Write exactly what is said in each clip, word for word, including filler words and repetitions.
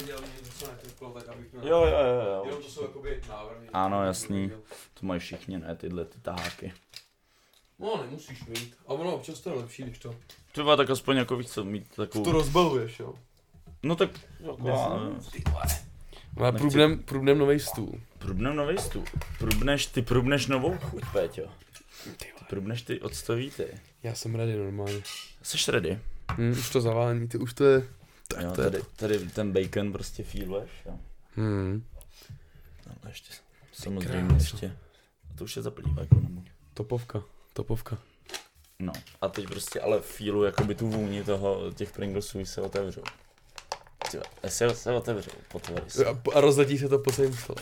viděl, mě něco nekliklo, tak abych to Jo, jo, jo, jo. Jenom to jsou jakoby návrhy. Ano, jasný. To mají všichni, ne, tyhle ty taháky. No, nemusíš mít. A ono občas to je lepší, když to... Třeba tak aspoň jako víc co mít takovou... To rozbaluješ, jo. No tak... Jako, Má průbnem, průbnem novej stůl. Průbnem novej stůl. Průbneš, ty průbneš novou chuť, Péťo. Ty průbneš ty octoví ty. Já jsem ready normálně. Jsi ready? Hmm, už to zavání, ty už to je... Tak jo, to je tady, tady ten bacon prostě feeluješ, jo. Hmm. No, ještě, samozřejmě ještě. A to už je zaplývá jako nebo. Topovka, topovka. No, a teď prostě ale feelu jakoby tu vůni toho, těch Pringlesů se otevřou. Se, se otevřou, potvory se. A, a rozletí se to po celém stole.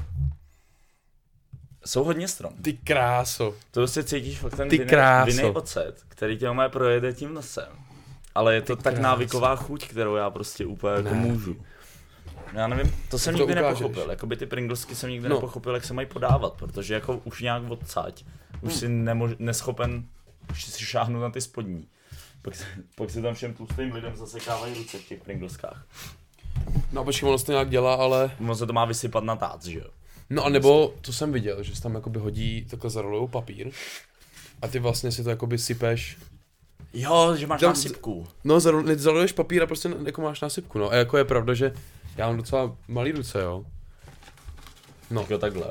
Jsou hodně strom. Ty kráso. To prostě cítíš fakt ten Ty vinný ocet, který tě má projede tím nosem. Ale je to Ty tak kráso. Návyková chuť, kterou já prostě úplně jako můžu. Já nevím, to jsem to nikdy ukážeš. Nepochopil, jakoby ty Pringlesky jsem nikdy no. nepochopil, jak se mají podávat, protože jako už nějak odsaď, už hmm. si nemož, neschopen, už si šáhnout na ty spodní. Pak, pak si tam všem tlustým lidem zasekávají ruce v těch Pringleskách. No počkej, ono se to nějak dělá, ale... Ono se to má vysypat na tác, že jo? No a nebo, to jsem viděl, že se tam jakoby hodí takhle zarolujou papír a ty vlastně si to jakoby sypeš. Jo, že máš tam, násypku. No, zaroluješ papír a prostě jako máš násypku, no. A jako je pravda, že já mám docela malý ruce, jo. No. Tak jo, takhle, jo.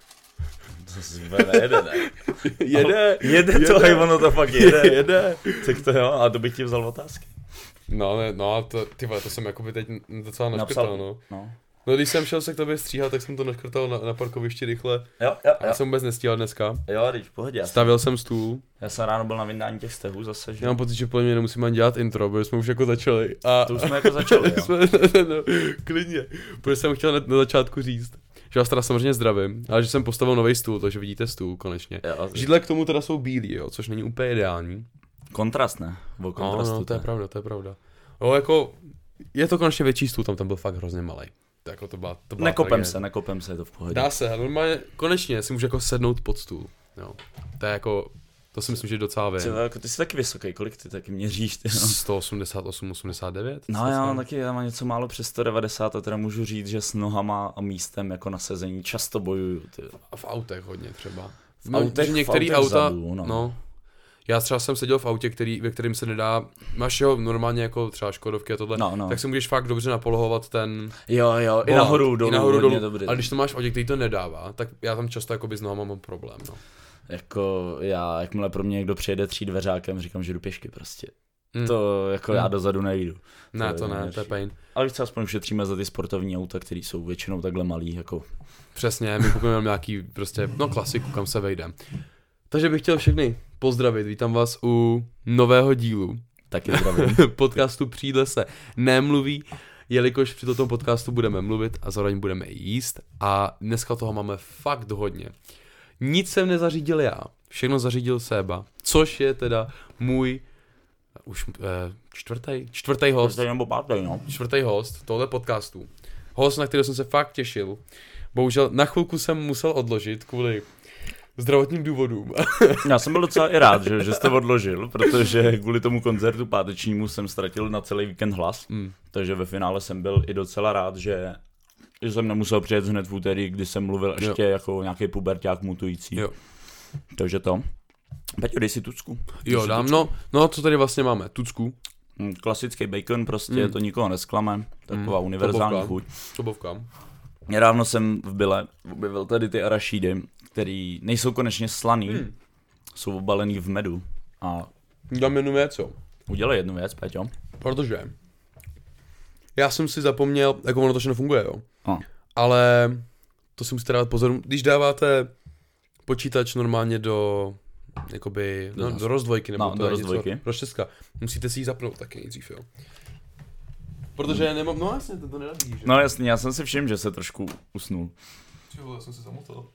To si nejede, ne? Jede, jede to, jede. Ono to fakt jede. Jede. Tak to jo, a to bych ti vzal otázky. No, ne, no, to, ty vole, to jsem jakoby teď docela naškrtal, no. no. No, když jsem šel se k tobě stříhat, tak jsem to naškrtal na, na parkovišti rychle. Jo, jo, jo. Já jsem vůbec nestíhal dneska. Jo, když v pohodě. Stavil jsem stůl. Já jsem ráno byl na vyndání těch stehů zase, že? Já mám pocit, že podle mě nemusím ani dělat intro, protože jsme už jako začali. A... To už jsme jako začali, jo. jsme, no, klidně. Protože jsem chtěl na, na začátku říct, že vás teda samozřejmě zdravím, ale že jsem postavil nový stůl, takže vidíte stůl konečně. Jo, židle k tomu teda jsou bílý, jo, což není úplně ideální. Kontrast, ne? O kontrastu. No, no, to je pravda, to je pravda. Jo, jako, je to konečně větší stůl, tam, tam byl fakt hrozně malej. To jako to byla, to byla nekopem tragédie. se, nekopem se, je to v pohodě. Dá se, normálně, konečně si můžu jako sednout pod stůl, jo. To je jako, to si myslím, že docela vím. Třeba, jako ty jsi taky vysoký, kolik ty taky měříš? Ty, no? sto osmdesát osm osmdesát devět? No já mám taky, já mám něco málo přes sto devadesát a teda můžu říct, že s nohama a místem jako na sezení často bojuju. Ty. A v autech hodně třeba. V no, autech, některý v autech auta, vzadu, no. no. Já třeba jsem seděl v autě, který, ve kterém se nedá, máš jo normálně jako třeba Škodovky a tohle, no, no. tak si můžeš fakt dobře napolohovat ten... Jo, jo, i nahoru dolů, i nahoru dolů. Dobrý. Ale když to máš v autě, který to nedává, tak já tam často jakoby s nohama mám problém, no. Jako já, jakmile pro mě někdo přijede tří dveřákem, říkám, že jdu pěšky prostě. Mm. To jako mm. já dozadu nejdu. Ne, to, to ne, to je pain. Ale když se aspoň ušetříme za ty sportovní auta, které jsou většinou takhle malý, jako... Přesně, my kupujeme nějaký prostě, no klasiku, kam se vejdem. Takže bych chtěl všechny pozdravit, vítám vás u nového dílu. Taky zdravím. Podcastu Přídle se nemluví, jelikož při tomto podcastu budeme mluvit a zároveň budeme jíst a dneska toho máme fakt hodně. Nic jsem nezařídil já, všechno zařídil Séba, což je teda můj už eh, čtvrtý, čtvrtý host. Čtvrtý nebo pátý, no. Čtvrtý host tohle podcastu. Host, na který jsem se fakt těšil. Bohužel na chvilku jsem musel odložit kvůli zdravotním důvodům. Já jsem byl docela i rád, že, že jste odložil, protože kvůli tomu koncertu pátečnímu jsem ztratil na celý víkend hlas, mm. takže ve finále jsem byl i docela rád, že, že jsem nemusel přijet hned v úterý, kdy jsem mluvil ještě jo. jako nějaký puberťák mutující. Jo. Takže to. Peťo, dej si tucku. Dej jo, si dám, tucku. no, no, co tady vlastně máme, tucku. Mm, klasický bacon, prostě mm. to nikoho nesklame, taková mm. univerzální Tobovka. chuť. Tobovka. Nedávno jsem v Bile objevil tady ty arašídy, který nejsou konečně slaný, hmm. jsou obalený v medu. A dám jednu věc, jo. Udělej jednu věc, Peťo. Protože já jsem si zapomněl, jako ono to všechno funguje, jo. A. Ale to si musíte dávat pozor, když dáváte počítač normálně do, jakoby, do, no, do rozdvojky, nebo no, do rozdvojky. Pro šestka, musíte si ji zapnout taky nejdřív, jo. Protože hmm. nemám, no jasně, to nenabíjí, že? No jasně, já jsem si všiml, že se trošku usnul. Čeho, já jsem se zamotal.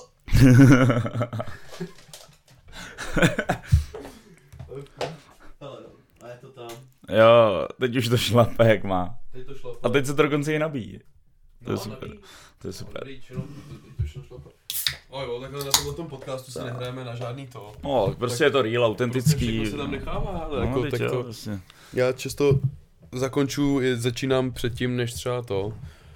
A je to tam. Jo, teď už to šlape, jak má. Teď to šlape. A teď se to dokonce i nabíjí. To no, je super. Nabíjí. To je super. Teď to šlape. O jo, takhle na tomhle podcastu si nehrajeme na žádný to. No, prostě tak je to real, autentický. Prostě se tam nechává, ale no, jako, teď tak jo, to... Prostě. Já často zakonču, začínám předtím, než třeba to.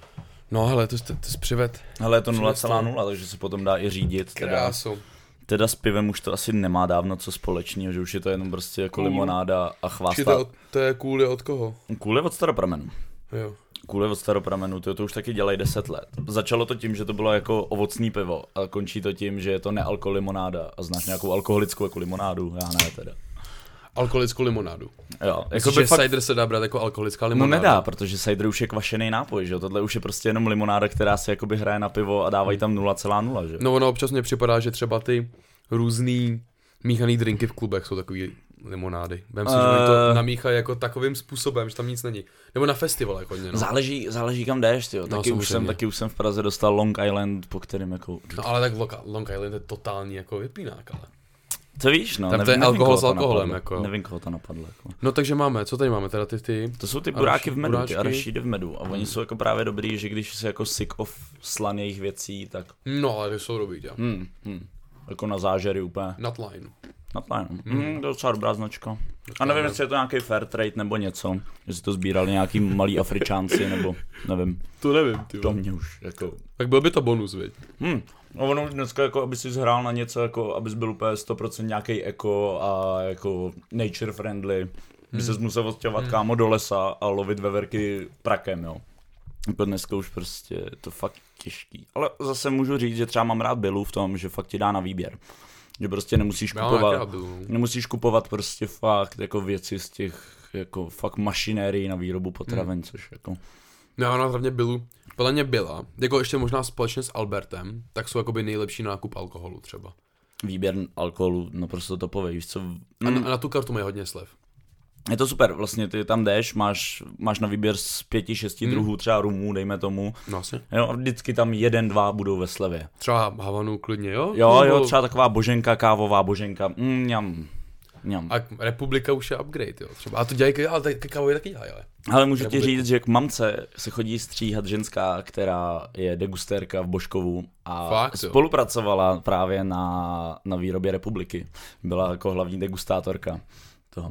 No hele, to, to, to jsi přived. Ale je to nula celá nula, takže se potom dá i řídit. Krásu. Teda s pivem už to asi nemá dávno co společného, že už je to jenom prostě jako cool. Limonáda a chvásta. To, to je kůl od koho? Kůl je od Staropramenu. Jo. Kůl je od Staropramenu, to, to už taky dělají deset let. Začalo to tím, že to bylo jako ovocný pivo a končí to tím, že je to nealko limonáda. A znáš nějakou alkoholickou jako limonádu? Já ne teda. Alkoholickou limonádu. Jo. Jako že fakt... cider se dá brát jako alkoholická limonáda? No nedá, protože cider už je kvašený nápoj, že jo? Tohle už je prostě jenom limonáda, která se jakoby hraje na pivo a dávají tam nula celá nula, že? No ono občas mně připadá, že třeba ty různý míchaný drinky v klubech jsou takový limonády. Vem si, uh... že oni to namíchají jako takovým způsobem, že tam nic není. Nebo na festivalech hodně, no. Záleží, záleží kam jdeš, tyjo. Taky, no, už jsem, taky už jsem v Praze dostal Long Island, po kterým jako... No ale tak Long Island je totální jako vypínák, ale... Co víš, no. Tam nevím, to je nevím, alkohol s alkoholem, jako. Nevím, koho to napadlo, jako. No takže máme, co tady máme, teda ty ty? To jsou ty buráky v medu, ty arašídy v medu. A oni hmm. jsou jako právě dobrý, že když jsi jako sick of slaných věcí, tak... No, ale ty jsou dobrý, jo. Hmm, hmm. Jako na zážery úplně. Nutline. Nutline, hmm. hmm, to je docela dobrá značka. A nevím, jestli je to nějaký fair trade nebo něco, jestli to sbírali nějaký malí Afričánci, nebo nevím. To nevím, ty. To mě už, jako... Tak byl by to bonus, viď? Hmm. No ono už dneska, jako, aby si zhrál na něco, jako, abys byl úplně sto procent nějaký eko a jako nature friendly, hmm. by ses musel odstěhovat hmm. kámo do lesa a lovit veverky prakem, jo. Jako dneska už prostě je to fakt těžký. Ale zase můžu říct, že třeba mám rád Billu v tom, že fakt ti dá na výběr. Že prostě nemusíš kupovat, nemusíš kupovat prostě fakt jako věci z těch jako fakt mašinérií na výrobu potravin, hmm. což jako... No, no, hlavně Billu, podle mě byla, jako ještě možná společně s Albertem, tak jsou jakoby nejlepší nákup alkoholu třeba. Výběr alkoholu, no prostě to povej, víš co... A na, a na tu kartu mají hodně slev. Je to super, vlastně ty tam jdeš, máš, máš na výběr z pěti, šesti hmm. druhů třeba rumů, dejme tomu. No asi. Jo, vždycky tam jeden, dva budou ve slevě. Třeba Havanu klidně, jo? Jo, jo, třeba taková boženka, kávová boženka, mm, ňam, ňam. A Republika už je upgrade, jo, třeba. A to dělají, ale tady kávo je taky dělají, ale. Ale můžu Republiku. ti říct, že k mamce se chodí stříhat ženská, která je degustérka v Božkovu a Fakt, spolupracovala právě na, na výrobě Republiky. Byla jako hlavní degustátorka toho.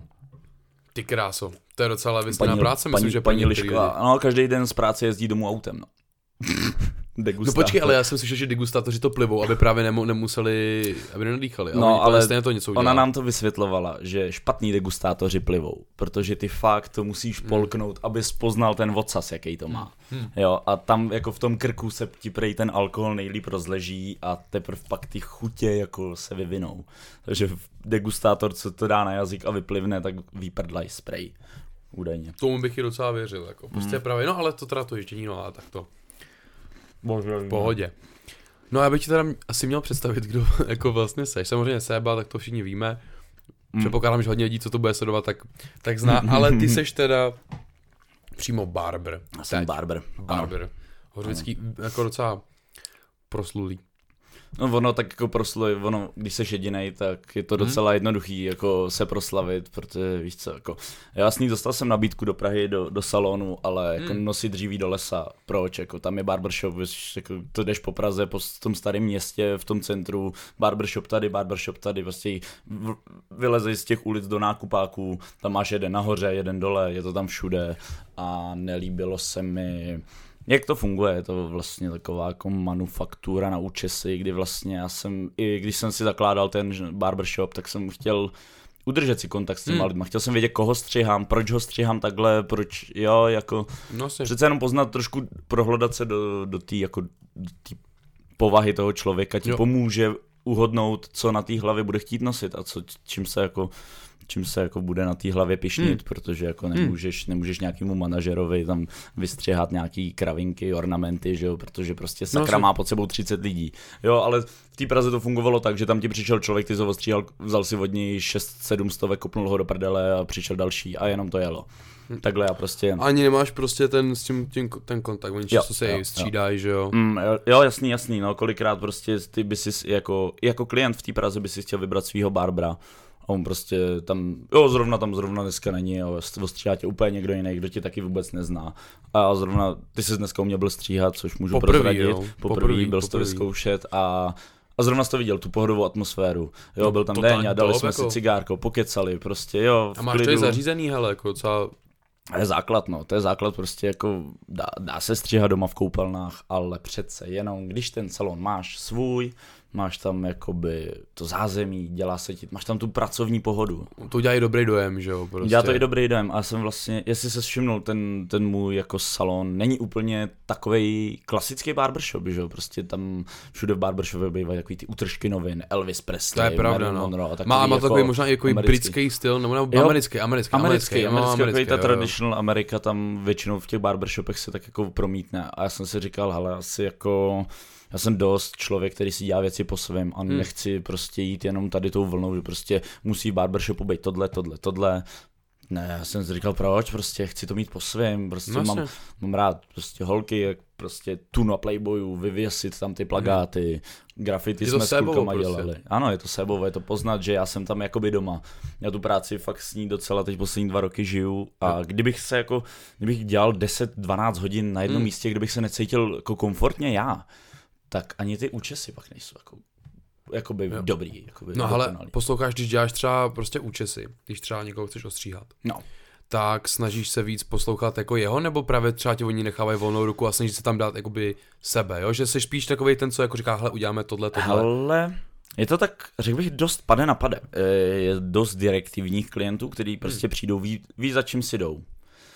Ty kráso, to je docela vysněná práce, myslím, paní, že paní Lišková. No, každý den z práce jezdí domů autem, no. No počkej, ale já jsem slyšel, že degustátoři to plivou, aby právě nemu, nemuseli, aby nenadýchali. No, ale, ale to něco ona nám to vysvětlovala, že špatný degustátoři plivou, protože ty fakt to musíš hmm. polknout, abys poznal ten ocas, jaký to má. Hmm. Jo, a tam jako v tom krku se ti prej ten alkohol nejlíp rozleží a teprve pak ty chutě jako se vyvinou. Takže degustátor, co to dá na jazyk a vyplivne, tak výprdlaj spray. Údajně. Tomu bych i docela věřil, jako. Prostě hmm. právě, no ale to teda to ježdění, no a tak to. Bože, v pohodě. No já bych ti teda asi měl představit, kdo jako vlastně seš. Samozřejmě Séba, tak to všichni víme. Mm. Předpokládám, že hodně lidí, co to bude sledovat, tak, tak zná. Ale ty seš teda přímo barber. Já jsem barber. Barber. Hořický, jako docela proslulý. No ono tak jako proslaví, ono, když jsi jedinej, tak je to docela hmm. jednoduchý jako se proslavit, protože víš co, jako jasný, dostal jsem nabídku do Prahy, do, do salonu, ale jako hmm. nosit dříví do lesa, proč, jako tam je barbershop, víš, jako to jdeš po Praze, po tom starém městě, v tom centru, barbershop tady, barbershop tady, prostě vylezej z těch ulic do nákupáků, tam máš jeden nahoře, jeden dole, je to tam všude a nelíbilo se mi. Jak to funguje, je to vlastně taková jako manufaktura na účesy, kdy vlastně já jsem, i když jsem si zakládal ten barbershop, tak jsem chtěl udržet si kontakt s těma hmm. lidma. Chtěl jsem vědět, koho střihám, proč ho střihám takhle, proč, jo, jako, no přece jenom poznat trošku, prohledat se do, do té jako, do té povahy toho člověka, ti jo. pomůže uhodnout, co na té hlavě bude chtít nosit a co, čím se jako, čím se jako bude na té hlavě pišnit, hmm. protože jako nemůžeš, nemůžeš nějakému manažerovi tam vystřihat nějaký kravinky, ornamenty, že jo, protože prostě sakra no, má pod sebou třicet lidí. Jo, ale v té Praze to fungovalo tak, že tam ti přišel člověk, ty se ostříhal, vzal si od něj šest sedm stovek, kopnul ho do prdele a přišel další a jenom to jelo. Takhle já prostě... Ani nemáš prostě ten, s tím, tím ten kontakt, oni často se jo, střídají, že jo? Mm, jo, jasný, jasný, no, kolikrát prostě ty by si jako, jako klient v té Praze by si chtěl vybrat svýho barbera. A on prostě tam, jo, zrovna tam zrovna dneska není, jo, ostříhá tě úplně někdo jiný, kdo tě taky vůbec nezná. A zrovna, ty jsi dneska uměl byl stříhat, což můžu poprvý, prozradit. Poprvé byl jsi to vyzkoušet a, a zrovna jsi to viděl, tu pohodovou atmosféru. Jo, byl tam den a dali jsme jako... si cigárko, pokecali, prostě, jo. A máš to zařízený, hele, jako docela To je základ, no, to je základ prostě jako, dá, dá se stříhat doma v koupelnách, ale přece jenom, když ten salon máš svůj, máš tam jakoby to zázemí, dělá se ti, máš tam tu pracovní pohodu. To dělá i dobrý dojem, že jo, prostě. Dělá to i dobrý dojem a jsem vlastně, jestli se všimnul, ten, ten můj jako salon není úplně takovej klasický barbershop, že jo, prostě tam všude v barbershopě bývají takový ty útržky novin, Elvis Presley, to je pravda, Marilyn Monroe, no. Má, má jako takový možná i jako britský styl, nebo americký, americký, americký, americký, americký, americký ta traditional Amerika tam většinou v těch barbershopech se tak jako promítne a já jsem si říkal, hele, asi jako já jsem dost člověk, který si dělá věci po svém a hmm. nechci prostě jít jenom tady tou vlnou, že prostě musí v barbershopu být tohle, tohle, tohle. Ne, já jsem si říkal, proč, prostě chci to mít po svém, prostě no, mám, mám rád prostě holky, jak prostě tu na Playboyu, vyvěsit tam ty plagáty, hmm. graffiti jsme s klukama prostě dělali. Ano, je to sebovo, je to poznat, že já jsem tam jakoby doma. Já tu práci fakt s ní docela teď poslední dva roky žiju a kdybych se jako, kdybych dělal deset dvanáct hodin na jednom hmm. místě, kdybych se necítil jako komfortně já, tak ani ty účesy pak nejsou jako, jakoby jo. dobrý. Jakoby no ale posloucháš, když děláš třeba prostě účesy, když třeba někoho chceš ostříhat, no. tak snažíš se víc poslouchat jako jeho, nebo právě třeba ti oni nechávají volnou ruku a snažíš se tam dát jakoby sebe, jo? Že jsi spíš takovej ten, co jako říká, hele, uděláme tohle, tohle. Hele, je to tak, řekl bych, dost pade na pade. Je dost direktivních klientů, kteří prostě hmm. přijdou, ví, ví za čím si jdou.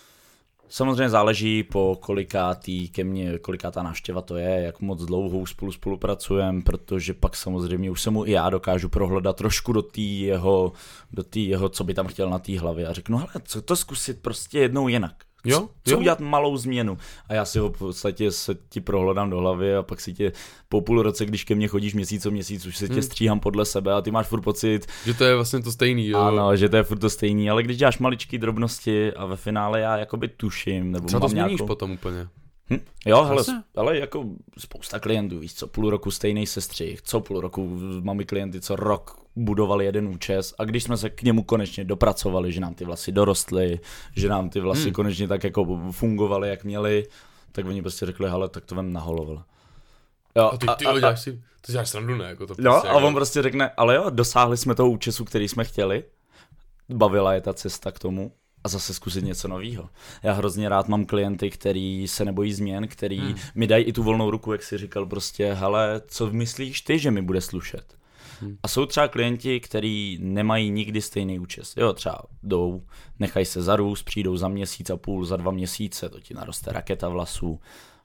Samozřejmě záleží po kolikátý ke mně, kolikátá návštěva to je, jak moc dlouhou spolu spolupracujeme, protože pak samozřejmě už se mu i já dokážu prohledat trošku do té jeho, do té jeho, co by tam chtěl na té hlavě a řeknu, hele, co to zkusit prostě jednou jinak. Jo, co, co udělat malou změnu a já si ho v podstatě se ti prohledám do hlavy a pak si tě po půl roce, když ke mně chodíš měsíc o měsíc, už se tě hmm. stříhám podle sebe a ty máš furt pocit, že to je vlastně to stejný, jo. Ano, že to je furt to stejný, ale když děláš maličký drobnosti a ve finále já jakoby tuším, nebo co mám to změníš nějakou... potom úplně? Hm? Jo, hele, ale jako spousta klientů, víš co, půl roku stejný sestřih, co půl roku máme klienty, co rok budovali jeden účes a když jsme se k němu konečně dopracovali, že nám ty vlasy dorostly, že nám ty vlasy hmm. konečně tak jako fungovaly, jak měly, tak oni prostě řekli, hele, tak to vem na holovel. Jo, a ty, ty a, děláš si, ty děláš srandu, ne? Jako to jo, prostě, a on jako... prostě řekne, ale jo, dosáhli jsme toho účesu, který jsme chtěli, bavila je ta cesta k tomu. A zase zkusit něco nového. Já hrozně rád mám klienty, který se nebojí změn, který hmm. mi dají i tu volnou ruku, jak jsi říkal, prostě, hele, co myslíš ty, že mi bude slušet? Hmm. A jsou třeba klienti, kteří nemají nikdy stejný účes. Jo, třeba jdou, nechají se zarůst, přijdou za měsíc a půl, za dva měsíce, to ti naroste raketa vlasů.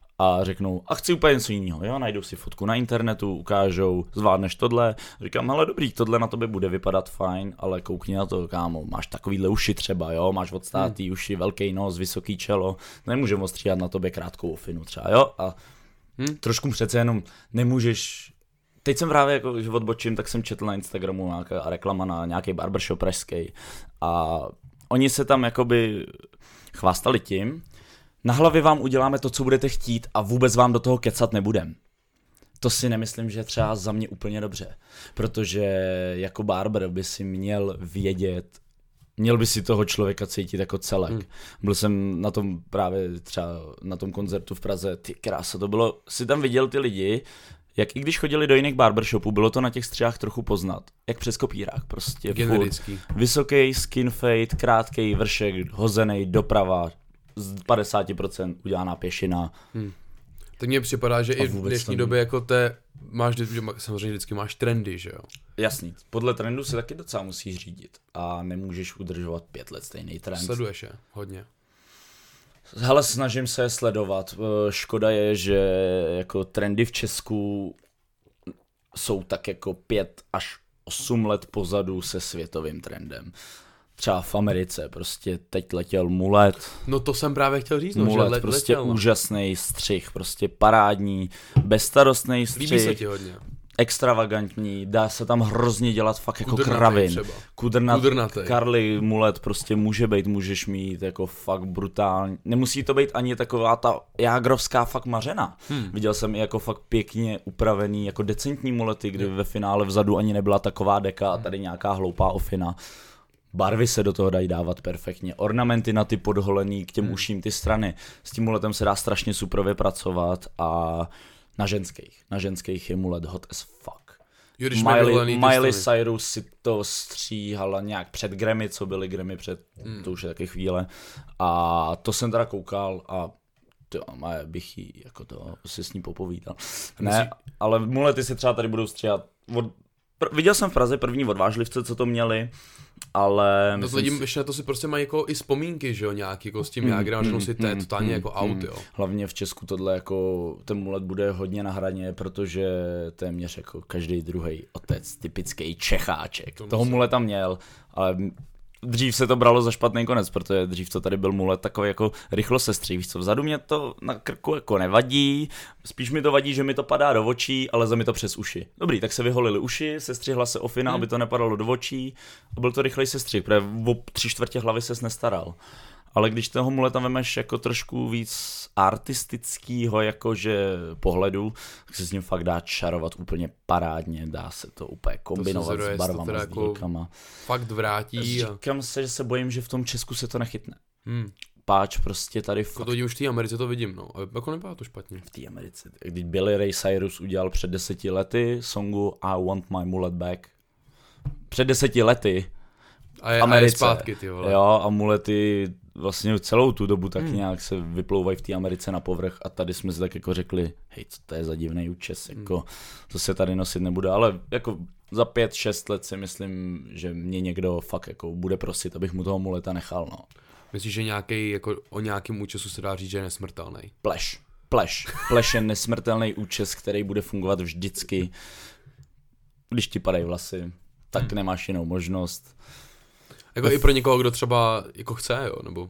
A řeknou, a chci úplně něco jiného, jo, najdou si fotku na internetu, ukážou, zvládneš tohle, říkám, hele dobrý, tohle na tobě bude vypadat fajn, ale koukni na to, kámo, máš takovýhle uši třeba, jo, máš odstátý hmm. uši, velký nos, vysoký čelo, nemůžeme ostříhat na tobě krátkou ofinu třeba, jo, a hmm. trošku přece jenom nemůžeš, teď jsem právě jako, že odbočím, tak jsem četl na Instagramu nějaká reklama na nějaký barbershop pražský a oni se tam jakoby chvástali tím, na hlavě vám uděláme to, co budete chtít a vůbec vám do toho kecat nebudem. To si nemyslím, že třeba za mě úplně dobře, protože jako barber by si měl vědět, měl by si toho člověka cítit jako celek. Hmm. Byl jsem na tom právě třeba na tom koncertu v Praze, ty krása, to bylo, si tam viděl ty lidi, jak i když chodili do jiných barbershopů, bylo to na těch střihách trochu poznat, jak přes kopírák, prostě generický. Vysoký skin fade, krátkej vršek, hozený doprava, z padesát procent udělaná pěšina. Hmm. Tak mně připadá, že i v dnešní době jako te, máš, samozřejmě vždycky máš trendy, že jo? Jasný, podle trendu si taky docela musíš řídit a nemůžeš udržovat pět let stejný trend. Sleduješ je, hodně. Hele, snažím se sledovat. Škoda je, že jako trendy v Česku jsou tak jako pět až osm let pozadu se světovým trendem. Třeba v Americe, prostě teď letěl mulet. No to jsem právě chtěl říct, no, mulet, že let, prostě letěl, no. Úžasný střih, prostě parádní, bezstarostný střih. Líbí se ti hodně. Extravagantní, dá se tam hrozně dělat fakt jako kudrnatej kravin. Kudrnat, Kudrnatej. Karly, mulet prostě může být, můžeš mít jako fakt brutální. Nemusí to být ani taková ta jágrovská fakt mařena. Hmm. Viděl jsem i jako fakt pěkně upravený, jako decentní mulety, kdy hmm. ve finále vzadu ani nebyla taková deka a tady nějaká hloupá ofina. Barvy se do toho dají dávat perfektně, ornamenty na ty podholený, k těm hmm. uším ty strany. S tím muletem se dá strašně suprově pracovat a na ženských, na ženských je mulet hot as fuck. Jo, Miley, Miley Cyrus si to stříhala nějak před Grammy, co byly Grammy před, hmm. to už je taky chvíle. A to jsem teda koukal a to bych jí jako to si s ní popovídal. Ne, ale mulety si třeba tady budou stříhat. Od, pr- viděl jsem v Praze první odvážlivce, co to měli, ale... To lidi ještě na to si prostě mají jako i vzpomínky, že jo, nějak jako s tím mm, Jágrem, mm, že to je totálně mm, jako aut, mm. jo. Hlavně v Česku tohle jako, ten mulet bude hodně na hraně, protože téměř jako každý druhý otec, typický Čecháček. To Toho muleta měl, ale... Dřív se to bralo za špatný konec, protože dřív to tady byl mulet takový jako rychlo sestří, víš co, vzadu mě to na krku jako nevadí, spíš mi to vadí, že mi to padá do očí, ale za mi to přes uši. Dobrý, tak se vyholili uši, sestřihla se ofina, hmm. aby to nepadalo do očí a byl to rychlej sestřih, protože o tři čtvrtě hlavy ses nestaral. Ale když toho muleta vemeš jako trošku víc artistického jakože pohledu, tak se s ním fakt dá čarovat úplně parádně, dá se to úplně kombinovat to s barvama, s dílkama. Jako fakt vrátí. A... Říkám se, že se bojím, že v tom Česku se to nechytne. Hmm. Páč prostě tady fakt... To vidím už v té Americe, to vidím, no. Ale jako nebylo to špatně. V té Americe. Když Billy Ray Cyrus udělal před deseti lety songu I Want My Mullet Back. Před deseti lety. A je, a je zpátky, ty vole. Jo, a mulety vlastně celou tu dobu tak hmm. nějak se vyplouvají v té Americe na povrch a tady jsme si tak jako řekli, hej, co to je za divnej účes, hmm. jako to se tady nosit nebude, ale jako za pět, šest let si myslím, že mě někdo fakt jako bude prosit, abych mu toho muleta nechal, no. Myslíš, že nějaký, jako o nějakém účesu se dá říct, že je nesmrtelný? Pleš, pleš, pleš je nesmrtelný účes, který bude fungovat vždycky, když ti padají vlasy, tak hmm. nemáš jinou možnost. Jako i pro někoho, kdo třeba jako chce, jo, nebo?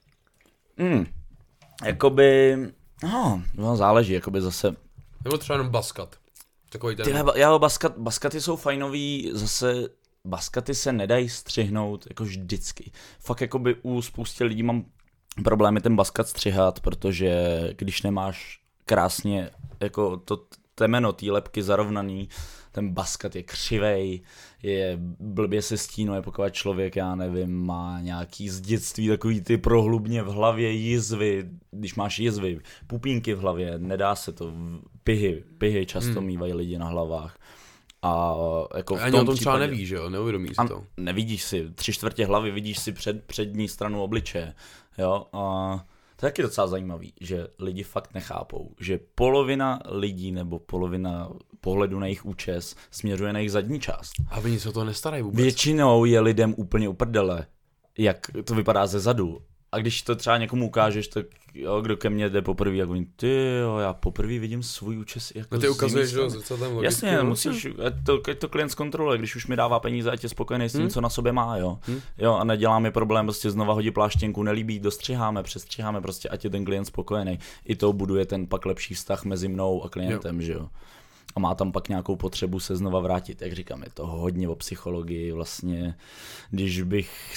Hmm, jakoby, no, no záleží, jakoby zase. Nebo třeba jenom baskat. Takový ten. Tyhle, já, baskat, baskaty jsou fajnový, zase baskaty se nedají střihnout jako vždycky. Fakt jakoby u spoustě lidí mám problémy ten baskat střihat, protože když nemáš krásně jako to temeno té lebky zarovnaný, ten baskat je křivej, je blbě se stínuje, pokud člověk, já nevím, má nějaký z dětství takový ty prohlubně v hlavě jizvy, když máš jizvy, pupínky v hlavě, nedá se to, pihy, pihy často hmm. mývají lidi na hlavách. A jako v ani tom o tom případě, třeba nevíš, jo, neuvědomíš si to. Nevidíš si, tři čtvrtě hlavy, vidíš si před, přední stranu obličeje, jo, a to je taky docela zajímavý, že lidi fakt nechápou, že polovina lidí nebo polovina pohledu na jejich účes směřuje na jejich zadní část. A oni se o to nestarají vůbec. Většinou je lidem úplně uprdele, jak to vypadá ze zadu. A když to třeba někomu ukážeš, tak jo, kdo ke mně jde poprvé, jak oni, ty jo, já poprvé vidím svůj účes jako no ty ukazuješ, že jo, zrcadlem logicky. Jasně, musíš, ať to, ať to klient zkontroluje, když už mi dává peníze, ať je spokojený s tím, hmm? co na sobě má, jo. Hmm? Jo, a nedělá mi problém, prostě znova hodí pláštěnku, nelíbí, dostřiháme, přestřiháme, prostě ať je ten klient spokojený. I to buduje ten pak lepší vztah mezi mnou a klientem, jo. Že jo. A má tam pak nějakou potřebu se znova vrátit, jak říkám, je to hodně o psychologii vlastně, když bych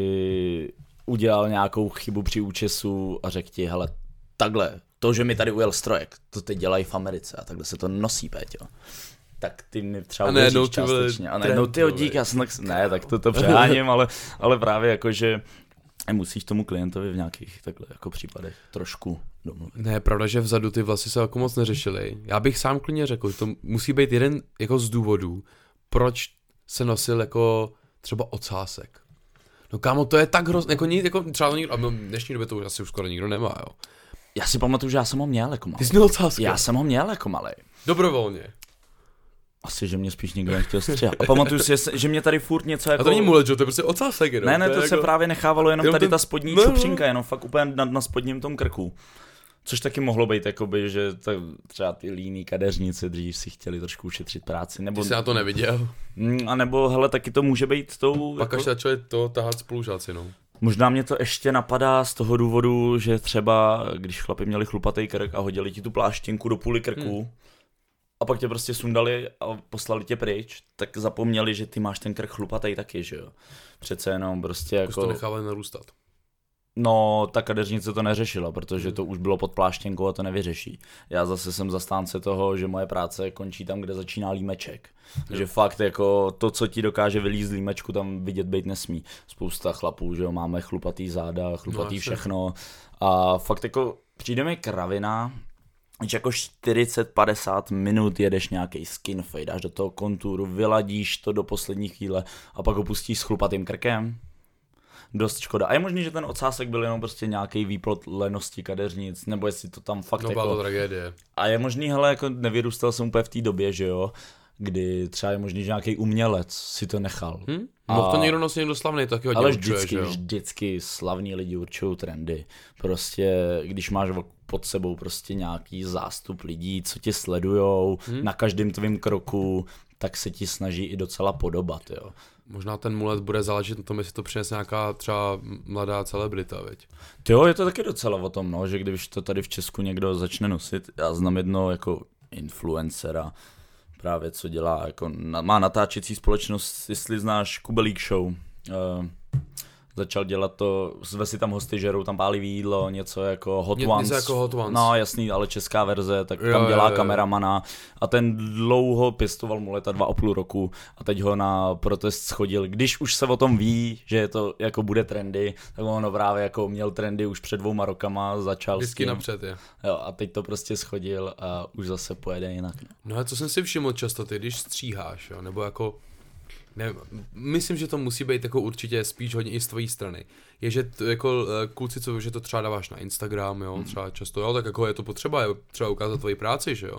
si udělal nějakou chybu při účesu a řekl ti, hele, takhle, to, že mi tady ujel strojek, to teď dělají v Americe a takhle se to nosí, Péťo. Tak ty mi třeba uvěříš částečně. A najednou ty dík, já jsem tak, ne, tak to, to přeháním, ale, ale právě jako, že musíš tomu klientovi v nějakých takhle jako případech trošku domluvit. Ne, je pravda, že vzadu ty vlasy se jako moc neřešily. Já bych sám klidně řekl, že to musí být jeden jako z důvodů, proč se nosil jako třeba ocásek. No kámo, to je tak hrozné, jako, jako třeba někdo, a v dnešní době to už asi už skoro nikdo nemá, jo. Já si pamatuju, že já jsem ho měl jako malý. Ty jsi měl ocásky? Já jsem ho měl jako malý. Dobrovolně. Asi, že mě spíš nikdo nechtěl stříhat. A pamatuju si, že mě tady furt něco jako... A to není mulet, že? To je prostě ocásek, jenom. Ne, ne, to, to se jako... právě nechávalo jenom, jenom tady ten... ta spodní no, čupřinka, jenom fakt úplně na, na spodním tom krku. Což taky mohlo být, jakoby, že ta, třeba ty líní kadeřníci dřív si chtěli trošku ušetřit práci. Nebo... Ty jsi na to neviděl. A nebo, hele, taky to může být tou... Pak jako... až začali to tahat spolužáci, no. Možná mě to ještě napadá z toho důvodu, že třeba, když chlapi měli chlupatý krk a hodili ti tu pláštěnku do půly krku, hmm. a pak tě prostě sundali a poslali tě pryč, tak zapomněli, že ty máš ten krk chlupatý taky, že jo. Přece jenom prostě jako... Kus to nechávali narůstat. No, ta kadeřnice to neřešila, protože to už bylo pod pláštěnkou a to nevyřeší. Já zase jsem zastánce toho, že moje práce končí tam, kde začíná límeček. Jo. Že fakt jako to, co ti dokáže vylízt z límečku, tam vidět být nesmí. Spousta chlapů, že jo, máme chlupatý záda, chlupatý no, všechno. A fakt jako přijde mi kravina, Když jako čtyřicet padesát minut jedeš nějaký skin fade, dáš do toho konturu, vyladíš to do poslední chvíle a pak ho pustíš s chlupatým krkem. Dost škoda. A je možný, že ten ocásek byl jenom prostě nějaký výplot lenosti kadeřnic, nebo jestli to tam fakt no, jako... byla to tragédie. A je možný, hele, jako nevyrůstal jsem úplně v té době, že jo, kdy třeba je možný, že nějaký umělec si to nechal. Hm? No a... to někdo nosí někdo slavný, taky hodně ale určuje, vždycky, že jo? vždycky slavní lidi určují trendy. Prostě, když máš pod sebou prostě nějaký zástup lidí, co tě sledujou hm? na každém tvém kroku, tak se ti snaží i docela podobat, jo. Možná ten mulet bude záležet na tom, jestli to přinese nějaká třeba mladá celebrita, veď? Jo, je to taky docela o tom, no, že když to tady v Česku někdo začne nosit, já znám jedno jako influencera, právě co dělá, jako na, má natáčecí společnost, jestli znáš Kubelík Show, uh, začal dělat to, zve si tam hosty, žerou tam pálivý jídlo, něco jako Hot Ně, Ones. Něco jako Hot Ones. No jasný, ale česká verze, tak jo, tam dělá jo, jo. kameramana a ten dlouho pěstoval muleta dva a půl roku a teď ho na protest schodil. Když už se o tom ví, že to jako bude trendy, tak on právě jako měl trendy už před dvěma rokama, začal Vždycky s tím. napřed, je. Jo, a teď to prostě schodil a už zase pojede jinak. No a co jsem si všiml často, ty když stříháš, jo, nebo jako nevím, myslím, že to musí být jako určitě spíš hodně i z tvojí strany. Je, že t, jako kluci, co že to třeba dáváš na Instagram, jo, třeba často, jo, tak jako je to potřeba, je třeba ukázat tvoji práci, že jo.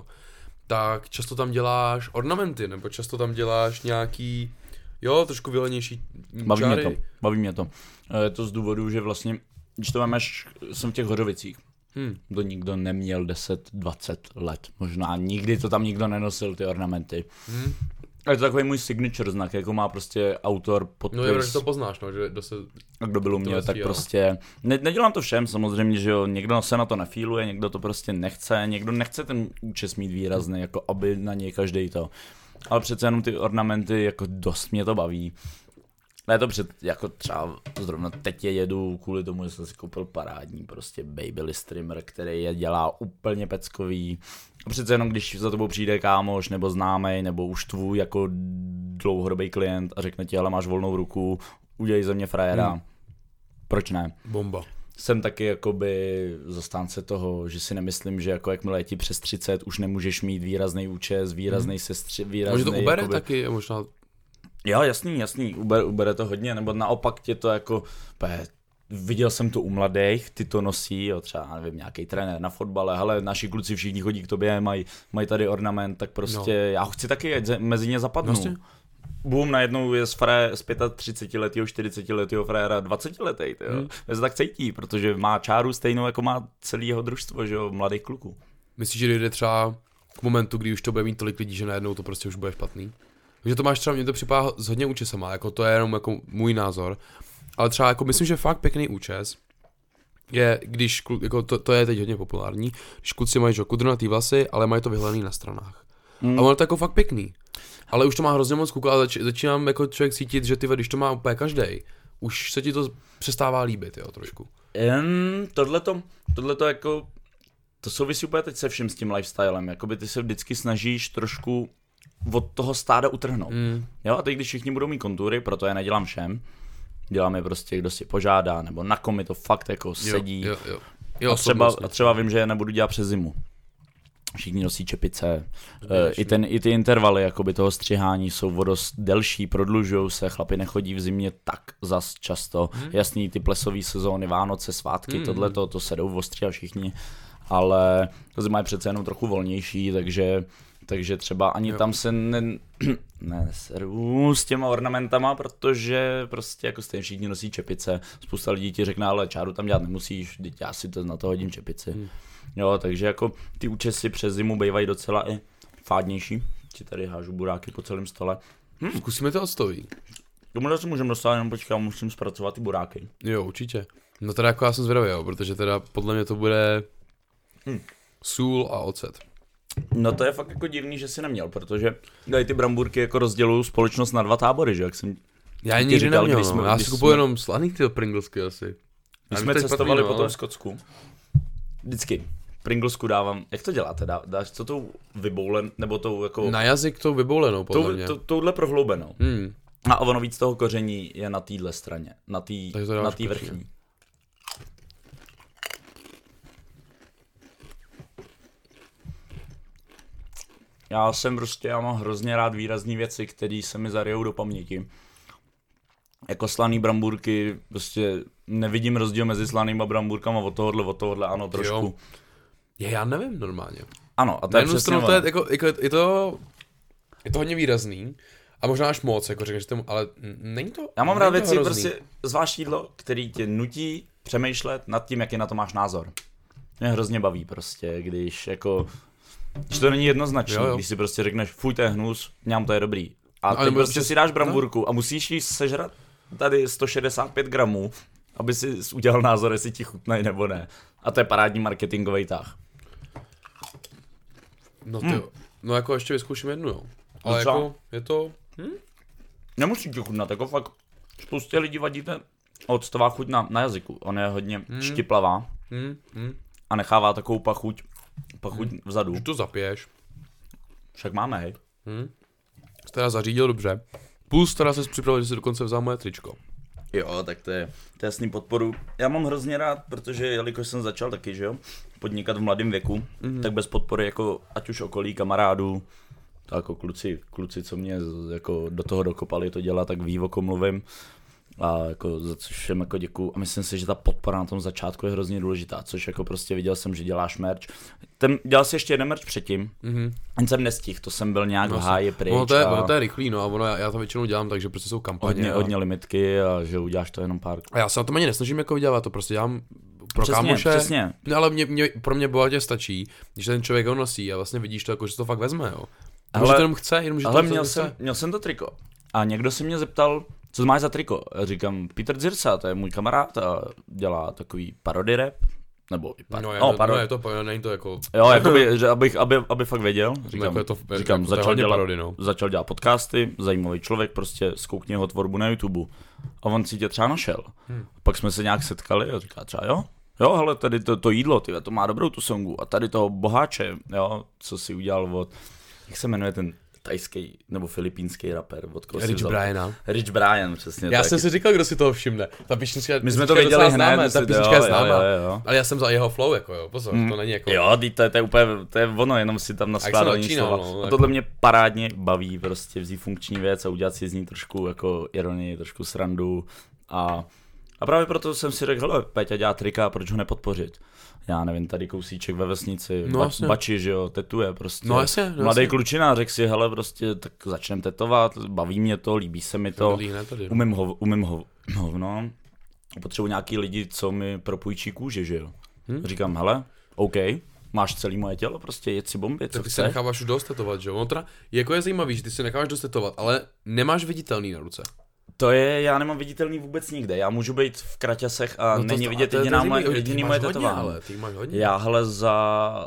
Tak často tam děláš ornamenty, nebo často tam děláš nějaký, jo, trošku vylenější Baví čáry. mě to, baví mě to. Je to z důvodu, že vlastně, když to máš, jsem v těch Hořovicích, hmm. to nikdo neměl deset dvacet let, možná nikdy to tam nikdo nenosil, ty ornamenty. Hmm. A je to takový můj signature znak, jako má prostě autor, podpis. No je, že to poznáš, no, že kdo se... A kdo byl u mě, tak prostě, ne, nedělám to všem samozřejmě, že jo, někdo se na to nefíluje, někdo to prostě nechce, někdo nechce ten účes mít výrazný, jako aby na něj každej to. Ale přece jenom ty ornamenty, jako dost mě to baví. A je to před, jako třeba zrovna teď je jedu kvůli tomu, že jsem si koupil parádní prostě Babyliss trimmer, který je dělá úplně peckový. A přece jenom když za tebou přijde kámoš nebo známej, nebo už tvůj jako dlouhodobý klient a řekne ti, ale máš volnou ruku, udělej ze mě frajera. Hmm. Proč ne? Bomba. Jsem taky jakoby zastánce toho, že si nemyslím, že jako jakmile je ti přes třicet, už nemůžeš mít výrazný účes, výrazný hmm. sestři, výrazný... Může to ubere jakoby... taky, možná... Jo, jasný, jasný, ubere, ubere to hodně, nebo naopak tě to jako... Pé, viděl jsem to u mladých, ty to nosí, jo, třeba, nevím, nějaký trenér na fotbale, hele, naši kluci všichni chodí k tobě, mají maj tady ornament, tak prostě, no. Já chci taky, ať mezi ně zapadnu. Vlastně? Boom, najednou je z, fré, z třicetiletého, čtyřicetiletého fréra dvacetiletý, jo. Hmm. Se tak cítí, protože má čáru stejnou, jako má celý jeho družstvo, že jo, mladých kluků. Myslíš, že dojde třeba k momentu, kdy už to bude mít tolik lidí, že najednou to prostě už bude špatný? Takže to máš třeba, mě to připadá s hodně účesama, jako to je jenom jako můj názor. Ale třeba jako myslím, že fakt pěkný účes je, když, jako to, to je teď hodně populární, když kluci mají kudrnatý vlasy, ale mají to vyhlený na stranách. Hmm. A ono to jako fakt pěkný. Ale už to má hrozně moc kuku a zač, začínám jako člověk cítit, že ty, když to má úplně každej, už se ti to přestává líbit, jo, trošku. Um, tohleto, tohleto jako, to souvisí úplně teď se vším s tím lifestylem, jakoby ty se vždycky snažíš trošku od toho stáda utrhnout. Mm. Jo, a teď když všichni budou mít kontury, proto je nedělám všem, dělám je prostě, kdo si požádá, nebo na kom mi to fakt jako sedí. Jo, jo, jo. A, třeba, a třeba vím, že je nebudu dělat přes zimu. Všichni nosí čepice, e, i, ten, i ty intervaly jakoby toho střihání jsou o dost delší, prodlužujou se, chlapi nechodí v zimě tak zas často. Hmm. Jasný, ty plesové sezóny, Vánoce, svátky, hmm. tohleto, to se jdou ostříhat všichni, ale zima je přece jenom trochu volnější, takže, takže třeba ani jo. tam se ne, ne seru s těma ornamentama, protože prostě jako stejně všichni nosí čepice, spousta lidí ti řekne, ale čáru tam dělat nemusíš, teď já si to na to hodím čepici. Hmm. Jo, takže jako ty účesy přes zimu bývají docela i fádnější. Ti tady hážu buráky po celém stole. Hmm. Zkusíme to odstoví. Tomu se můžeme dostat, jenom počkám, musím zpracovat ty buráky. Jo, určitě. No teda jako já jsem zvědavý, jo, protože teda podle mě to bude hmm. sůl a ocet. No to je fakt jako divný, že jsi neměl, protože tady ty bramburky jako rozdělují společnost na dva tábory, že jak jsem Já nikdy říkal, neměl, jsme, no. Já si kupuji jsme... jenom slaný ty Pringlesky asi. My jsme cestovali po tom Skotsku. Vždycky. Pringlesku dávám, jak to děláte? Dá, dáš co tou vyboulen, nebo tou jako... Na jazyk tou vyboulenou, podle tou, mě. Tou, touhle prohloubenou. Hmm. A ono víc toho koření je na téhle straně, na té na té vrchní. Já jsem prostě, já mám hrozně rád výrazný věci, které se mi zarijou do paměti. Jako slaný brambůrky, prostě nevidím rozdíl mezi slanýma brambůrkama od tohohle, od tohohle, ano, trošku. Jo. Je, já nevím normálně. Ano, a to je přesně to je, jako, jako, je, to, je to hodně výrazný a možná až moc, jako řekneš tomu, ale není to Já mám rád věci, prostě zvlášť jídlo, který tě nutí přemýšlet nad tím, jaký na to máš názor. Mě hrozně baví prostě, když jako, když to není jednoznačný, jo, jo. Když si prostě řekneš, fuj, to je hnus, mňam, to je dobrý. A no, ty prostě to... si dáš brambůrku no. a musíš jí sežrat tady sto šedesát pět gramů, aby si udělal názor, jestli ti chutnají nebo ne. A to je parádní marketingový tah. No ty, hmm. no jako ještě vyzkouším jednu, jo. Ale no jako je to... Hm? Nemusí ti chutnat, jako fakt spoustě lidí vadí ten octová chuť na, na jazyku. Ona je hodně hmm. štiplavá hmm. Hmm. a nechává takovou pachuť, pachuť hmm. vzadu. Už to zapiješ. Však máme, hej. Hmm. Jsi teda zařídil dobře. Plus teda jsi připravil, že jsi dokonce vzal moje tričko. Jo, tak to je, to je jasný podporu. Já mám hrozně rád, protože jelikož jsem začal taky, že jo, podnikat v mladém věku, mm-hmm. tak bez podpory jako ať už okolí, kamarádů, to jako kluci, kluci, co mě jako do toho dokopali to dělat, tak ví, o kom mluvím. A jako za což všem jako děkuju. A myslím si, že ta podpora na tom začátku je hrozně důležitá, což jako prostě viděl jsem, že děláš merch. Ten, dělal jsi ještě jeden merch předtím, mm-hmm. jen jsem nestihl, to jsem byl nějak no, v háji pryč. No to je, a... to je rychlý, no a ono, já, já to většinou dělám tak, že prostě jsou kampaně. Hodně, a... hodně limitky a že uděláš to jenom pár. A já se na tom ani nesnažím jako vydělat, to prostě dělám pro přesně, kámoše. Přesně. No, ale mě, mě, pro mě bohatě stačí, když ten člověk ho nosí a vlastně vidíš to jako, že to fakt vezme, jo. Ale, že to jenom chce, jenom že ale to měl chce. jsem, měl jsem to triko a někdo se mě zeptal, co máš za triko? Já říkám, Peter Zirsa, to je můj kamarád a dělá takový parody rap. Nebo i par... No, je, no, to, parod... no je to, není to jako... Jo, jakoby, že abych, aby, aby fakt věděl. Říkám, jako to, říkám jako začal, dělat, parody, no. začal dělat podcasty, zajímavý člověk, prostě zkoukni jeho tvorbu na YouTube. A on si tě třeba našel. Hmm. Pak jsme se nějak setkali a říká třeba, jo, jo, hele, tady to, to jídlo, tyhle, to má dobrou tu songu. A tady toho boháče, jo, co si udělal od... Jak se jmenuje ten... tajský nebo filipínský rapper, od koho Rich Brian. Rich Brian, přesně. Já taky. jsem si říkal, kdo si toho všimne. Ta písnička, my jsme to věděli hned, známe, ta písnička je známá. Jo, jo, jo. Ale já jsem za jeho flow, jako jo, pozor, mm. to není jako... Jo, to, to je úplně, to je ono, jenom si tam naskládal slova. No, a tohle mě parádně baví, prostě vzít funkční věc a udělat si z ní trošku jako ironii, trošku srandu a... A právě proto jsem si řekl, hele, Peťa dělá trika, proč ho nepodpořit? Já nevím, tady kousíček ve vesnici, no, ba- bači, že jo, tetuje prostě. No jasně, no, mladý klučina, řekl si, hele, prostě, tak začnem tetovat, baví mě to, líbí se mi to, tady, no. umím ho, umím ho, hovno, potřebuji nějaký lidi, co mi propůjčí kůži, že jo. Hmm? Říkám, hele, OK, máš celý moje tělo, prostě jet si bomby, co tak ty chceš. se necháváš už dost tetovat, že jo. No teda, jako je zajímavý, že ty se necháváš dost tetovat, ale nemáš viditelný na ruce. To je, já nemám viditelný vůbec nikde, já můžu být v kraťasech a no není to, vidět jediná moje, jediný moje tetování. Já hele za...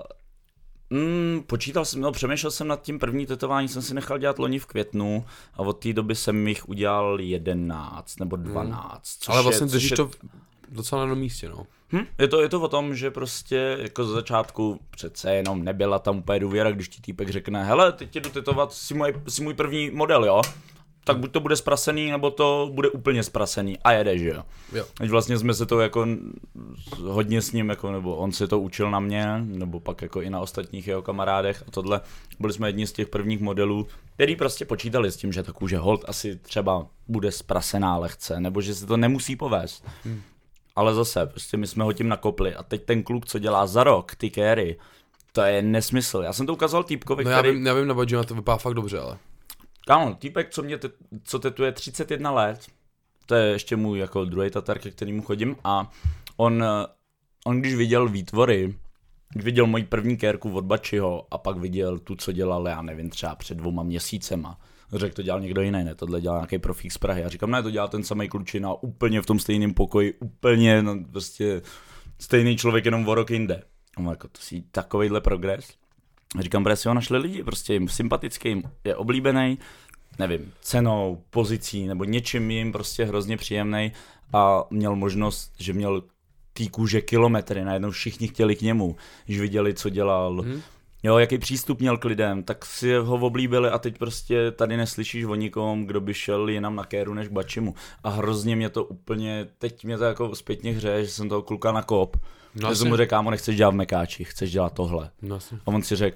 Mm, počítal jsem, no přemýšlel jsem nad tím, první tetování jsem si nechal dělat loni v květnu a od té doby jsem jich udělal jedenáct nebo dvanáct. Hmm. Ale vlastně držíš je... to docela na místě, no. Hm? Je, to, je to o tom, že prostě jako z začátku přece jenom nebyla tam úplně důvěra, když ti týpek řekne, hele, teď ti jdu tetovat, jsi můj, jsi můj první model, jo? Tak buď to bude zprasený, nebo to bude úplně zprasený a jede, že jo. jo. Teď vlastně jsme se to jako hodně s ním, jako, nebo on se to učil na mě, nebo pak jako i na ostatních jeho kamarádech a tohle. Byli jsme jedni z těch prvních modelů, který prostě počítali s tím, že ta kůže hold asi třeba bude zprasená lehce, nebo že se to nemusí povést. Hmm. Ale zase, prostě my jsme ho tím nakopli a teď ten kluk, co dělá za rok, ty kéry, to je nesmysl. Já jsem to ukázal týpkovi, no který... já vím, já vím nebo že to vypadá fakt dobře, ale... Kámo, týpek, co mě te, co tetuje třicet jedna let, to je ještě můj jako druhý tatar, ke kterému chodím a on, on když viděl výtvory, když viděl moji první kérku od Bačiho a pak viděl tu, co dělal, já nevím, třeba před dvouma měsícema, řekl, to dělal někdo jiný, ne, tohle dělal nějaký profík z Prahy. Já říkám, ne, to dělal ten samý klučina, úplně v tom stejném pokoji, úplně, no, prostě stejný člověk, jenom o rok jinde. On jako, to si takovejhle progres. A říkám, protože si ho našli lidi, prostě jim sympatický, je oblíbený, nevím, cenou, pozicí nebo něčím jim prostě hrozně příjemný a měl možnost, že měl tý kůže kilometry, najednou všichni chtěli k němu, když viděli, co dělal, hmm. jo, jaký přístup měl k lidem, tak si ho oblíbili a teď prostě tady neslyšíš o nikom, kdo by šel jinam na kéru než k Bačimu a hrozně mě to úplně, teď mě to jako zpětně hře, že jsem toho kluka na kop. No, já jsem mu řekl, kámo, nechceš dělat v Mekáči, chceš dělat tohle. No, a on si řekl,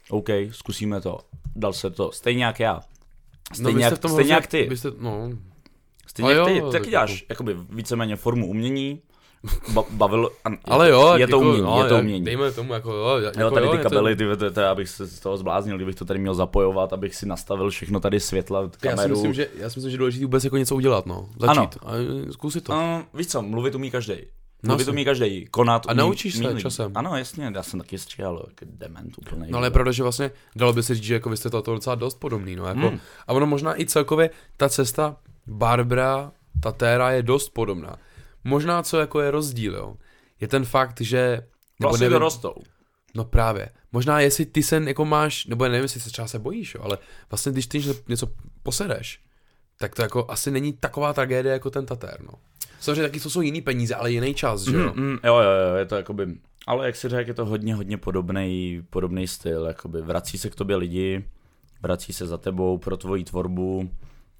OK, zkusíme to. Dal se to. Stejně jak já. Stejně, no, jak, stejně hrozně, jak ty. Jste, no. Stejně jak ty. Taky děláš jakoby víceméně formu umění. Ba- bavil, ale jo, je to jako, umění, no, je to umění. Dejme tomu jako, jo, jako jo tady jo, ty kabely, to... ty, ty, ty, abych se z toho zbláznil, kdybych to tady měl zapojovat, abych si nastavil všechno tady světla, kameru. Já si myslím, že, já si myslím, že důležitý vůbec jako něco udělat, no, začít ano. a zkusit to. Uh, víš co, mluvit umí každej. Mluvit no, umí každej, konat a umí, naučíš se umí, časem. Ano, jasně, já jsem taky stříhal, jako dement úplnej. No ale je pravda, že vlastně dalo by se říct, že jako vy jste to docela dost podobný, no, jako, hmm. a ono možná i celkově ta cesta Barbara, ta Téra je dost podobná. Možná co jako je rozdíl, jo, je ten fakt, že... Vlastně nevím, rostou. No právě. Možná jestli ty se jako máš, nebo nevím, jestli se třeba se bojíš, jo, ale vlastně když ty něco posedeš, tak to jako asi není taková tragédie jako ten Tatér, no. Samozřejmě taky to jsou jiný peníze, ale jiný čas, že jo? Mm, mm, jo, jo, jo, je to jakoby, ale jak si řekl, je to hodně, hodně podobnej, podobnej styl, jakoby vrací se k tobě lidi, vrací se za tebou pro tvoji tvorbu.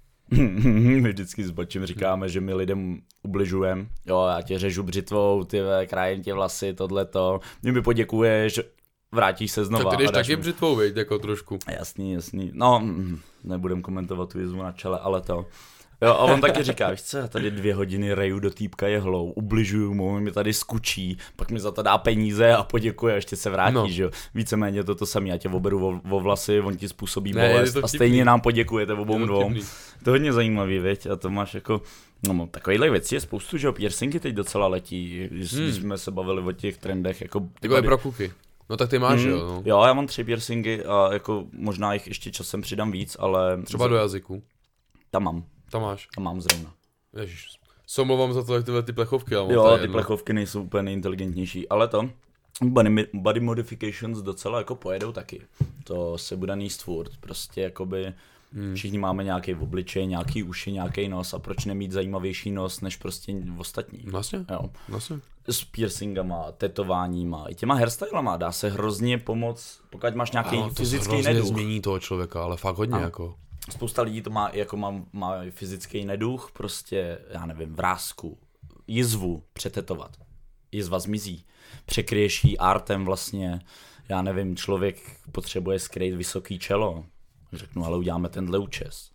My vždycky s Bočem říkáme, že my lidem ubližujeme. Jo, já tě řežu břitvou, ty krájem tě vlasy, tohleto. Mě mi poděkuješ, vrátíš se znova. Tak ty jdeš taky mi... břitvou, veď, jako trošku. Jasný, jasný. No, nebudem komentovat tu jizvu na čele, ale to. Jo, a on taky říká, víš co, já tady dvě hodiny reju do týpka jehlou, ubližuju mu, on mi tady skučí, pak mi za to dá peníze a poděkuje, ještě se vrátí, no. Že jo. Víceméně to to samé, já tě oberu vo, vo vlasy, on ti způsobí ne, bolest a stejně nám poděkujete obou dvou. To je hodně zajímavý, viď, a to máš jako, no takovýhle věcí je spoustu, že jo, piercingy teď docela letí, když hmm. jsme se bavili o těch trendech, jako... Jako je pro kuky. No tak ty máš, mm, jo. No. Jo, já mám tři piercingy a jako možná jich ještě časem přidám víc, ale... Třeba do jazyku. Tam mám. Tam máš. Tam mám zrovna. Ježiš. Somlouvám za to, jak tyhle ty plechovky. Ale jo, ty jedno. Plechovky nejsou úplně nejinteligentnější, ale to body, body modifications docela jako pojedou taky. To se bude níst furt, prostě jakoby hmm. všichni máme nějaký obličej, nějaký uši, nějaký nos a proč nemít zajímavější nos než prostě ostatní. Vlastně, jo. vlastně. S piercingama, tetováníma, i těma hairstylama dá se hrozně pomoct, pokud máš nějaký ano, fyzický neduch. To hrozně změní toho člověka, ale fakt hodně ano. Jako. Spousta lidí to má, jako má, má fyzický neduch, prostě, já nevím, vrásku, jizvu přetetovat. Jizva zmizí. Překryješ jí artem vlastně, já nevím, člověk potřebuje skrýt vysoký čelo. Řeknu, ale uděláme tenhle účes.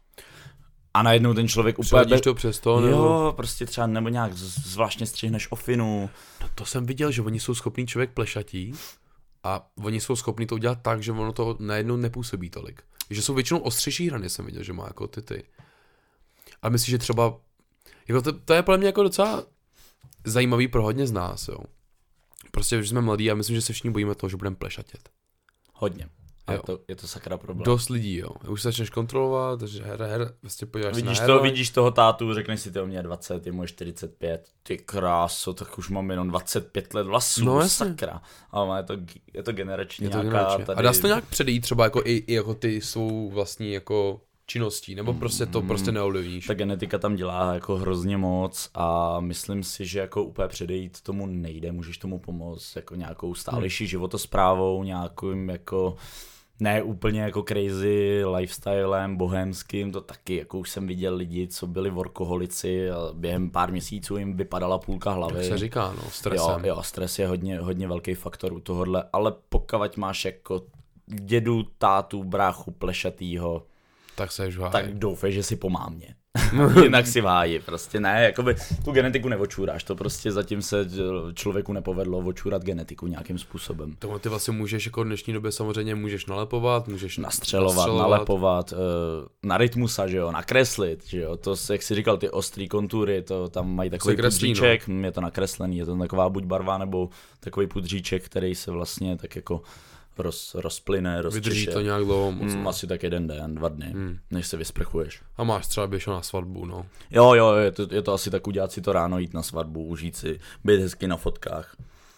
A najednou ten člověk úplně... Předíš to přes to, nebo... Jo, prostě třeba nebo nějak zvláštně střihneš ofinu. No to jsem viděl, že oni jsou schopní člověk plešatí a oni jsou schopní to udělat tak, že ono to najednou nepůsobí tolik. Že jsou většinou ostřejší hrany, jsem viděl, že má jako ty ty. Ale myslím, že třeba, jako to, to je podle mě jako docela zajímavý pro hodně z nás, jo. Prostě, že jsme mladí a myslím, že se všichni bojíme toho, že budeme plešatět. Hodně. A je to, je to sakra problém. Dost lidí, jo. Už se začneš kontrolovat, takže her, her, vlastně podíváš vidíš na to, vidíš toho tátu, řekneš si, ty o mě dvacet, ty můj čtyřicet pět, ty kráso, tak už mám jenom dvacet pět let vlasů, no, sakra. Ale je to, je to generační je to nějaká generačně. tady... A dá se to nějak předejít třeba jako i, i jako ty svou vlastní jako činností, nebo prostě to mm, prostě neovlivníš? Ta genetika tam dělá jako hrozně moc a myslím si, že jako úplně předejít tomu nejde, můžeš tomu pomoct jako nějakou stálejší hmm. životosprávou, nějakým jako... Ne úplně jako crazy lifestylem, bohémským, to taky, jako už jsem viděl lidi, co byli workoholici a během pár měsíců jim vypadala půlka hlavy. Tak se říká, no, stresem. Jo, jo, stres je hodně, hodně velký faktor u tohohle, ale pokud máš jako dědu, tátu, bráchu, plešatýho, tak seš v háji. Tak doufej, že si pomámě. Jinak si v háji, prostě ne, jakoby tu genetiku neočůráš, to prostě zatím se člověku nepovedlo očůrat genetiku nějakým způsobem. Tohle ty vlastně můžeš jako v dnešní době samozřejmě můžeš nalepovat, můžeš nastřelovat, nastřelovat. nalepovat, na rytmusa, že jo, nakreslit, že jo, to jak jsi říkal, ty ostrý kontury, to tam mají takový pudříček, no. Je to nakreslený, je to taková buď barva nebo takový pudříček, který se vlastně tak jako Roz, rozplyne, rozčeše. Vydrží to nějak dlouho moc. Mm, asi tak jeden den, dva dny, mm. než se vysprchuješ. A máš třeba běžet na svatbu, no. Jo, jo, je to, je to asi tak udělat si to ráno, jít na svatbu, užít si, být hezky na fotkách.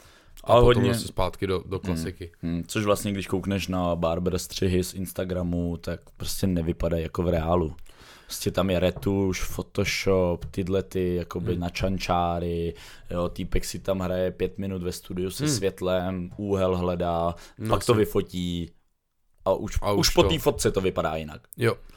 A ale potom hodně... vlastně zpátky do, do klasiky. Mm, mm, což vlastně, když koukneš na barber střihy z Instagramu, tak prostě nevypadá jako v reálu. Prostě tam je retuš, Photoshop, tyhle ty jakoby hmm. na čančáry, jo, týpek si tam hraje pět minut ve studiu se hmm. světlem, úhel hledá, no pak si. to vyfotí a už, a už, už po té fotce to vypadá jinak. Jo.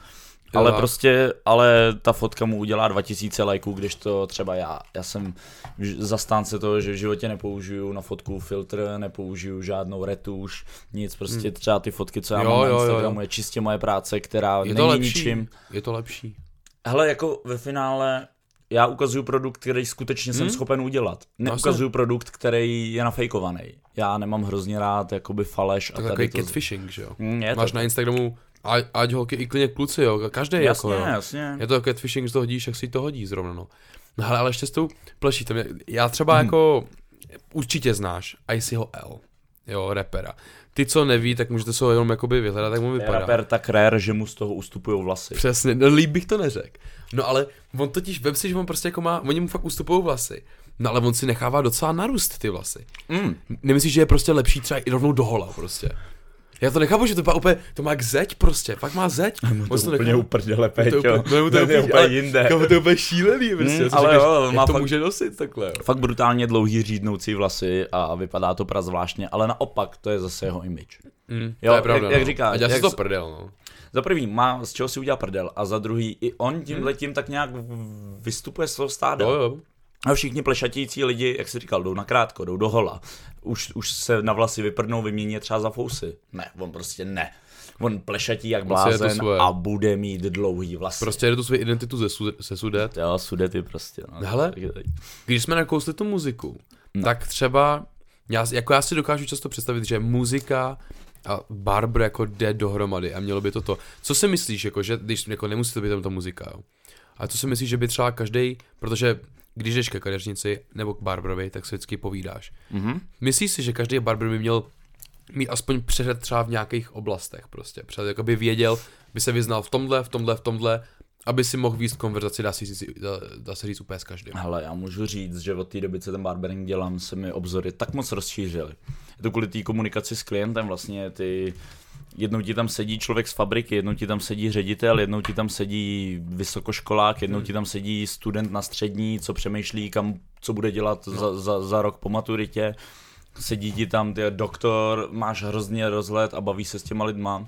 Ale prostě, ale ta fotka mu udělá dva tisíce lajků, když to třeba já. Já jsem zastánce toho, že v životě nepoužiju na fotku filtr, nepoužiju žádnou retuš, nic, prostě hmm. třeba ty fotky, co já jo, mám na Instagramu, jo, jo. je čistě moje práce, která je není to lepší. ničím. Je to lepší. Hele, jako ve finále já ukazuju produkt, který skutečně hmm. jsem schopen udělat. Neukazuju vlastně. produkt, který je nafejkovaný. Já nemám hrozně rád jakoby faleš. Tak a takový to... catfishing, že jo? Mm, Máš to... na Instagramu, ať, ať holky i klidně kluci, jo, každý jasně, jako, jo. Jasně. Je to catfishing, že to hodíš, jak si to hodí zrovna, no. No hele, ale ještě s tou plešítem, já třeba hmm. jako, určitě znáš Icyho L, jo, rapera. Ty, co neví, tak můžete se ho jenom jakoby vyhledat, tak mu vypadá. Je rapper tak rare, že mu z toho ustupujou vlasy. Přesně, no líp bych to neřekl. No ale on totiž, vem si, že on prostě jako má, oni mu fakt ustupujou vlasy. No ale on si nechává docela narůst ty vlasy. Mm. Nemyslíš, že je prostě lepší třeba i rovnou dohola prostě? Já to nechápu, že to má úplně, to má jak zeď prostě, fakt má zeď. Mu to, to úplně uprdele, Péťo. To, to, to je úplně jinde. Kamu to je úplně šílený prostě, mm, ale říkáš, jo, má to fakt, může nosit takhle. Jo. Fakt brutálně dlouhý řídnoucí vlasy a vypadá to prazvláštně, ale naopak to je zase jeho image. Mm, jo, to je pravda, jak, jak no. říká, a dělá si to prdel, no. Za první má z čeho si udělat prdel a za druhý i on tímhletím tak nějak vystupuje z toho stáda. Jo, jo. A všichni plešatící lidi, jak jsi říkal, jdou na krátko, jdou do hola. Už, už se na vlasy vyprdnou, vymění třeba za fousy. Ne, on prostě ne. On plešatí jak blázen a bude mít dlouhý vlasy. Prostě jde tu svou identitu ze, su- ze Sudet. Jo, Sudety prostě. No. Hele, když jsme nakousli tu muziku, no. tak třeba, já, jako já si dokážu často představit, že muzika a barber jako jde dohromady a mělo by to to. Co si myslíš, jako, že když jako nemusí to být tam ta muzika, jo? A co si myslíš, že by třeba každý, protože když jdeš ke kadeřnici nebo k barberovi, tak si vždycky povídáš. Mm-hmm. Myslíš si, že každý barber by měl mít aspoň přehled třeba v nějakých oblastech prostě, před, jako by věděl, by se vyznal v tomhle, v tomhle, v tomhle, aby si mohl víc konverzaci, dá, si, dá, dá se říct úplně s každým. Hele, já můžu říct, že od té doby, co ten barbering dělám, se mi obzory tak moc rozšířily. Je to kvůli té komunikaci s klientem, vlastně ty... Jednou ti tam sedí člověk z fabriky, jednou ti tam sedí ředitel, jednou ti tam sedí vysokoškolák, jednou ti tam sedí student na střední, co přemýšlí, kam, co bude dělat no. za, za, za rok po maturitě. Sedí ti tam ty doktor, máš hrozně rozhled a baví se s těma lidma.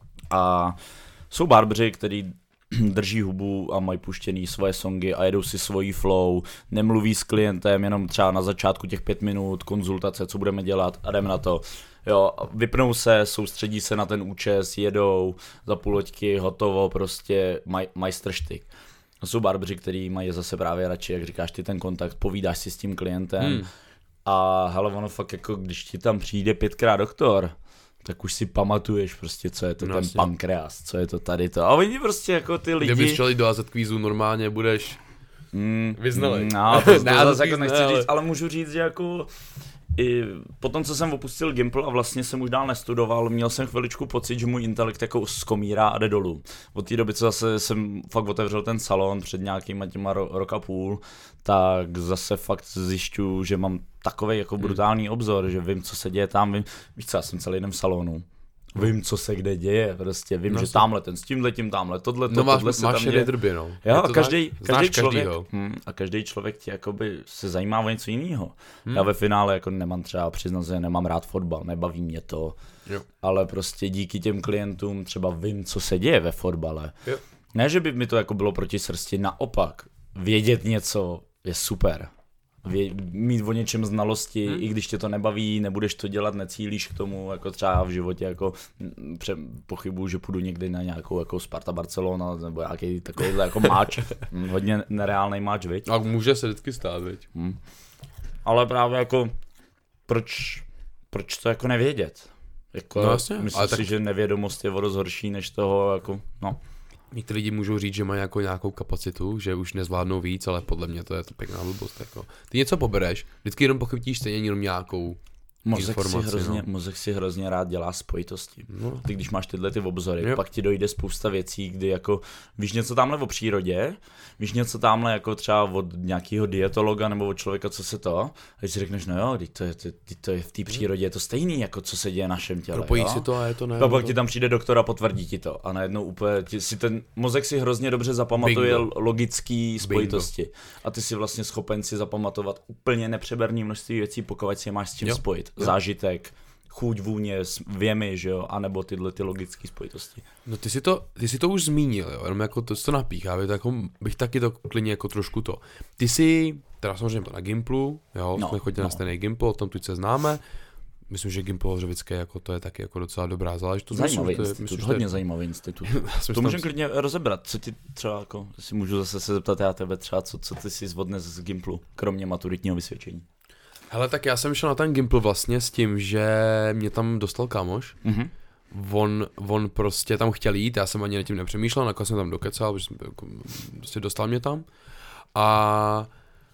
A jsou barbři, který drží hubu a mají puštěný svoje songy a jedou si svojí flow, nemluví s klientem, jenom třeba na začátku těch pět minut, konzultace, co budeme dělat a jdeme na to. Jo, vypnou se, soustředí se na ten účes, jedou, za půl hoďky, hotovo, prostě maj, majstrštyk. Jsou barbři, který mají zase právě radši, jak říkáš ty, ten kontakt, povídáš si s tím klientem hmm. a hele, ono fakt jako, když ti tam přijde pětkrát doktor, tak už si pamatuješ prostě, co je to no, ten vlastně. pankreas, co je to tady to. A oni prostě jako ty lidi... Kdybys šel do A Z kvízu, normálně budeš mm, vyznalej. No, to, to zase jako nechci říct, ale můžu říct, že jako... I po tom, co jsem opustil Gimple a vlastně jsem už dál nestudoval, měl jsem chviličku pocit, že můj intelekt jako skomírá a jde dolů. Od té doby, co zase jsem fakt otevřel ten salon před nějakýma těma ro- rok a půl, tak zase fakt zjišťuju, že mám takovej jako brutální obzor, že vím, co se děje tam, vím, víš co, já jsem celý den v salonu. Vím, co se kde děje, prostě vím, no, že tamhle ten s tímhletím, tamhle, tohle, to, no, máš, tohle se máš tam děje. Drby, no. Jo, a každý, každý člověk, hm, a každý člověk ti jakoby se zajímá o něco jiného. Hm. Já ve finále jako nemám třeba přiznat, že nemám rád fotbal, nebaví mě to, jo. ale prostě díky těm klientům třeba vím, co se děje ve fotbale. Jo. Ne, že by mi to jako bylo proti srsti, naopak, vědět něco je super. Vě, mít o něčem znalosti, hmm. i když tě to nebaví, nebudeš to dělat, necílíš k tomu, jako třeba v životě, jako pře, pochybuju, že půjdu někdy na nějakou jako Sparta Barcelona, nebo nějaký takovýhle jako máč, hodně nereálnej máč, viď? A může se vždycky stát, viď? Hmm. Ale právě jako, proč, proč to jako nevědět? Jako, no jasně, myslím si, tak... že nevědomost je o dost horší než toho, jako, no. Někteří lidi můžou říct, že mají jako nějakou kapacitu, že už nezvládnou víc, ale podle mě to je to pěkná blbost. Jako. Ty něco pobereš, vždycky jenom pochytíš stejně jenom nějakou mozek informaci. Si hrozně, no. Mozek si hrozně rád dělá spojitosti. No. Ty když máš tyhle ty obzory, jo. pak ti dojde spousta věcí, kdy jako víš něco tamhle o přírodě, víš něco tamhle jako třeba od nějakého dietologa nebo od člověka, co se to, a když si řekneš, no jo, teď to je, teď to je v té přírodě je to stejný, jako co se děje v našem těle. Propojí jo? si to a je to ne. A pak ti tam přijde doktor a potvrdí ti to. A najednou úplně ti, si ten mozek si hrozně dobře zapamatuje Bingo. logický spojitosti. Bingo. A ty si vlastně schopen si zapamatovat úplně nepřeberný množství věcí, pokud si je máš s tím jo. spojit. Jo. Zážitek, chuť, vůně, věmy, že jo, anebo tyhle ty logické spojitosti. No ty si to, ty si to už zmínil, jo, jenom jako to, to napíchá, bych, jako, bych taky to klidně jako trošku to. Ty jsi, teda samozřejmě to na Gimplu, jo, no, jsme chodili no. na stejný Gimpl, tam tu se známe. Myslím, že Gimpl Hřebické jako to je taky jako docela dobrá záležitost. Zajímavý myslím, institut, myslím, hodně je... zajímavý institut. To můžeme klidně rozebrat, co ti třeba jako, si můžu zase se zeptat já tebe třeba, co, co ty si zvodne z Gimplu, kromě maturitního vysvědčení. Hele, tak já jsem šel na ten Gimpl vlastně s tím, že mě tam dostal kámoš. Mm-hmm. On, on prostě tam chtěl jít, já jsem ani nad tím nepřemýšlel, nakonec jsem tam dokecal, protože jsem, jako, prostě dostal mě tam. A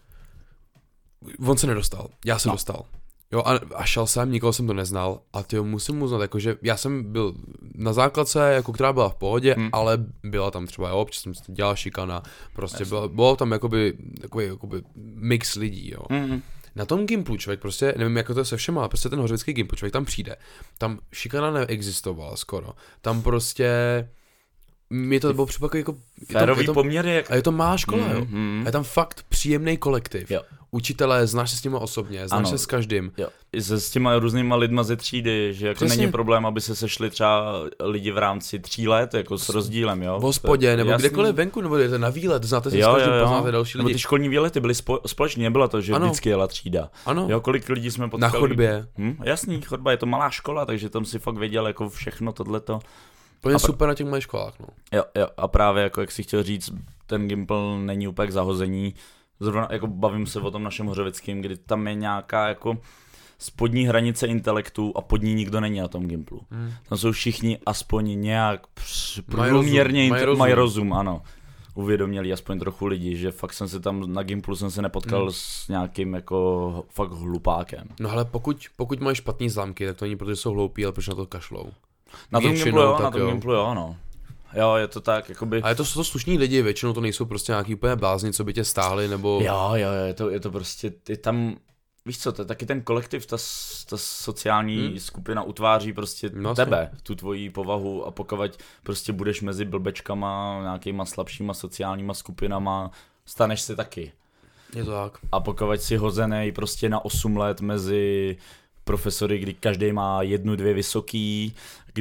on se nedostal, já jsem no. dostal. Jo, a, a šel jsem, nikoho jsem to neznal a tyjo, musím uznat, jakože já jsem byl na základce, jako která byla v pohodě, hmm. ale byla tam třeba, jo, občas jsem dělal šikana, prostě bylo, bylo tam jakoby, jakoby, jakoby mix lidí, jo. Hmm. Na tom Gimplu člověk prostě, nevím, jak to je se všema, ale prostě ten hořecký Gimpl, člověk tam přijde, tam šikana neexistovala skoro, tam prostě... Mě to bylo připadku jako... Férový poměry. Jak... A je to malá škola, mm, jo. Mm. A je tam fakt příjemný kolektiv. Jo. Učitelé, znáš se s nimi osobně, znáš ano. se s každým. Jo. I se s těma různýma lidma ze třídy, že jako není problém, aby se sešli třeba lidi v rámci tří let, jako s rozdílem, jo. V hospodě, nebo jasný. Kdekoliv venku, nebo jdete na výlet, znáte se jo, s každým, jo, jo. poznáte další lidi. Nebo ty školní výlety byly spo- společně, nebylo to, že ano. vždycky jela třída. Ano. Jo, kolik lidí jsme potkali. Na chodbě. Hm? Jasný, chodba, je to malá škola, takže tam si fakt věděl jako všechno tohleto. To je super na těch malých školách, no. Jo, jo, a právě jako jak si chtěl říct, ten Gimpl není úplně k zahození. Zrovna jako bavím se o tom našem Hořevickém, kdy tam je nějaká jako spodní hranice intelektu a pod ní nikdo není na tom Gimplu. Hmm. Tam jsou všichni aspoň nějak průměrně mají rozum, mají rozum, ano. Uvědomělí aspoň trochu lidi, že fakt jsem se tam na Gimplu jsem se nepotkal hmm. s nějakým jako fakt hlupákem. No ale pokud, pokud mají špatný známky, tak to není protože jsou hloupí, ale protože na to kašlou. Na tom Gimplu jo, na tom Gimplu jo, no. Jo, je to tak, jakoby... A je to, to slušní lidi, většinou to nejsou prostě nějaký úplně blázni, co by tě stáhli, nebo... Jo, jo, je to, je to prostě, je tam, víš co, to je taky ten kolektiv, ta, ta sociální hmm. skupina utváří prostě no, tebe, tu tvoji povahu a pokud prostě budeš mezi blbečkama, nějakýma slabšíma sociálníma skupinama, staneš se taky. Je to tak. A pokud si hozenej prostě na osm let mezi... profesory, kdy každý má jednu, dvě vysoký,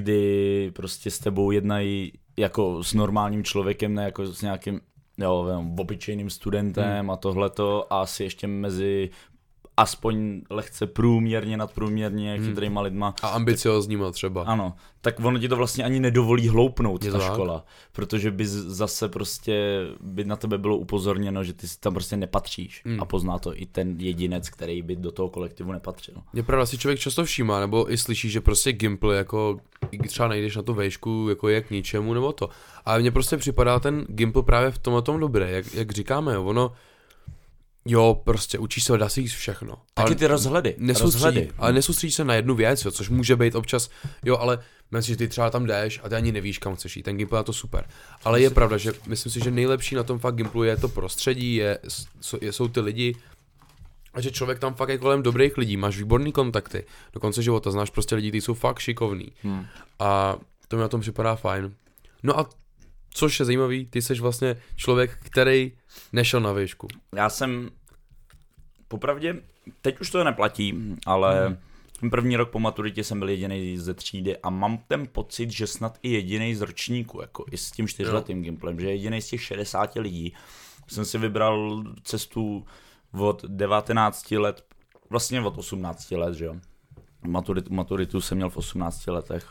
kdy prostě s tebou jednají jako s normálním člověkem, ne jako s nějakým jo, obyčejným studentem hmm. a tohleto a asi ještě mezi aspoň lehce průměrně, nadprůměrně hmm. chytrýma lidma. A ambiciozníma třeba. Ano, tak ono ti to vlastně ani nedovolí hloupnout ta škola, protože by zase prostě by na tebe bylo upozorněno, že ty si tam prostě nepatříš hmm. a pozná to i ten jedinec, který by do toho kolektivu nepatřil. Je pravda, si člověk často všímá, nebo i slyší, že prostě Gimpl jako, třeba nejdeš na tu vejšku, jako je k ničemu, nebo to. Ale mně prostě připadá ten Gimpl právě v tomhle tom dobré, jak, jak říkáme, ono jo, prostě učíš se, dá se jíst všechno. Taky ty rozhledy. Nesoustředí, rozhledy. Ale nesoustředíš se na jednu věc, jo, což může být občas, jo, ale myslím, že ty třeba tam jdeš a ty ani nevíš, kam chceš jít. Ten Gimpl je to super. Ale je pravda, že myslím si, že nejlepší na tom fakt Gimplu je to prostředí, je, jsou ty lidi, a že člověk tam fakt je kolem dobrých lidí, máš výborný kontakty, do konce života znáš prostě lidi, kteří jsou fakt šikovní. Hmm. A to mi na tom připadá fajn. No a což je zajímavý, ty jsi vlastně člověk, který nešel na výšku. Já jsem, popravdě, teď už to neplatí, ale hmm. první rok po maturitě jsem byl jedinej ze třídy a mám ten pocit, že snad i jedinej z ročníku, jako i s tím čtyřletým Gimplem, že jedinej z těch šedesáti lidí jsem si vybral cestu od devatenácti let, vlastně od osmnácti let, že jo. Maturitu, maturitu jsem měl v osmnácti letech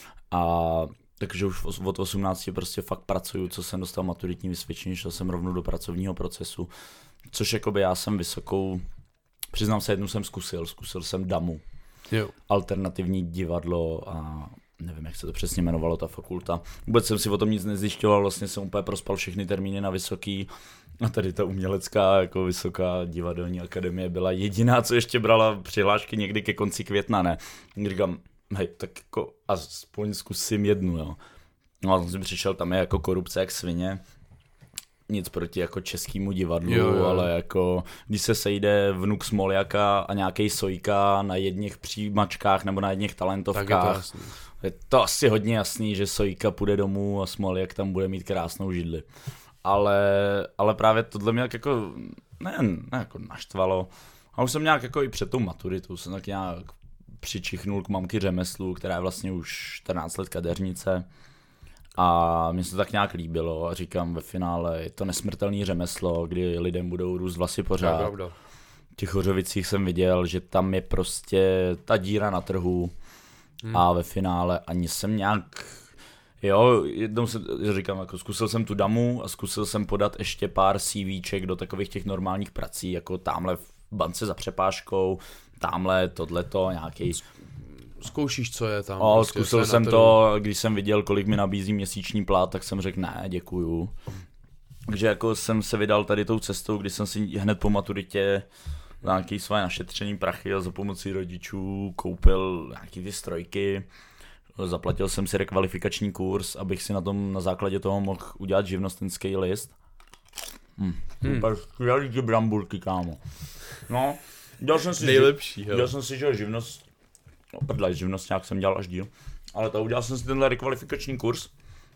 a takže už od osmnácti prostě fakt pracuju, co jsem dostal maturitní vysvědčení, šel jsem rovnou do pracovního procesu, což jakoby já jsem vysokou, přiznám se, jednou jsem zkusil, zkusil jsem damu, jo. Alternativní divadlo a nevím, jak se to přesně jmenovalo, ta fakulta. Vůbec jsem si o tom nic nezjišťoval, vlastně jsem úplně prospal všechny termíny na vysoký a tady ta umělecká, jako vysoká divadelní akademie byla jediná, co ještě brala přihlášky někdy ke konci května, ne. Říkám, hej, tak jako aspoň zkusím jednu, jo. No a jsem přišel, tam je jako korupce jak svině, nic proti jako českému divadlu, jo, jo. Ale jako když se sejde vnuk Smoljaka a nějaký Sojka na jedných přijímačkách nebo na jedných talentovkách, je to, je to asi hodně jasný, že Sojka půjde domů a Smoljak tam bude mít krásnou židli. Ale, ale právě tohle mě jako, ne, ne jako naštvalo, a už jsem nějak jako i před tou maturitou jsem tak nějak přičichnul k mamky řemeslu, která je vlastně už čtrnáct let kadeřnice. A mně se to tak nějak líbilo a říkám ve finále, je to nesmrtelný řemeslo, kdy lidem budou růst vlasy pořád. V těch Hořovicích jsem viděl, že tam je prostě ta díra na trhu hmm. a ve finále ani jsem nějak, jo, jednou se říkám, jako zkusil jsem tu damu a zkusil jsem podat ještě pár CVček do takových těch normálních prací, jako tamhle v bance za přepážkou, tamhle tohleto, nějaký... Zkoušíš, co je tam. O, prostě, zkusil jsem to, když jsem viděl, kolik mi nabízí měsíční plát, tak jsem řekl ne, děkuju. Takže jako jsem se vydal tady tou cestou, kdy jsem si hned po maturitě nějaký své našetřený prachy a za pomocí rodičů koupil nějaký ty strojky. Zaplatil jsem si rekvalifikační kurz, abych si na tom na základě toho mohl udělat živnostenský list. Hm, super, skvělý ty bramburky, kámo. No, dělal jsem si, nejlepší, dělal jsem si, že živnost, no prdlej, živnostňák jsem dělal až díl, ale to udělal jsem si tenhle rekvalifikační kurz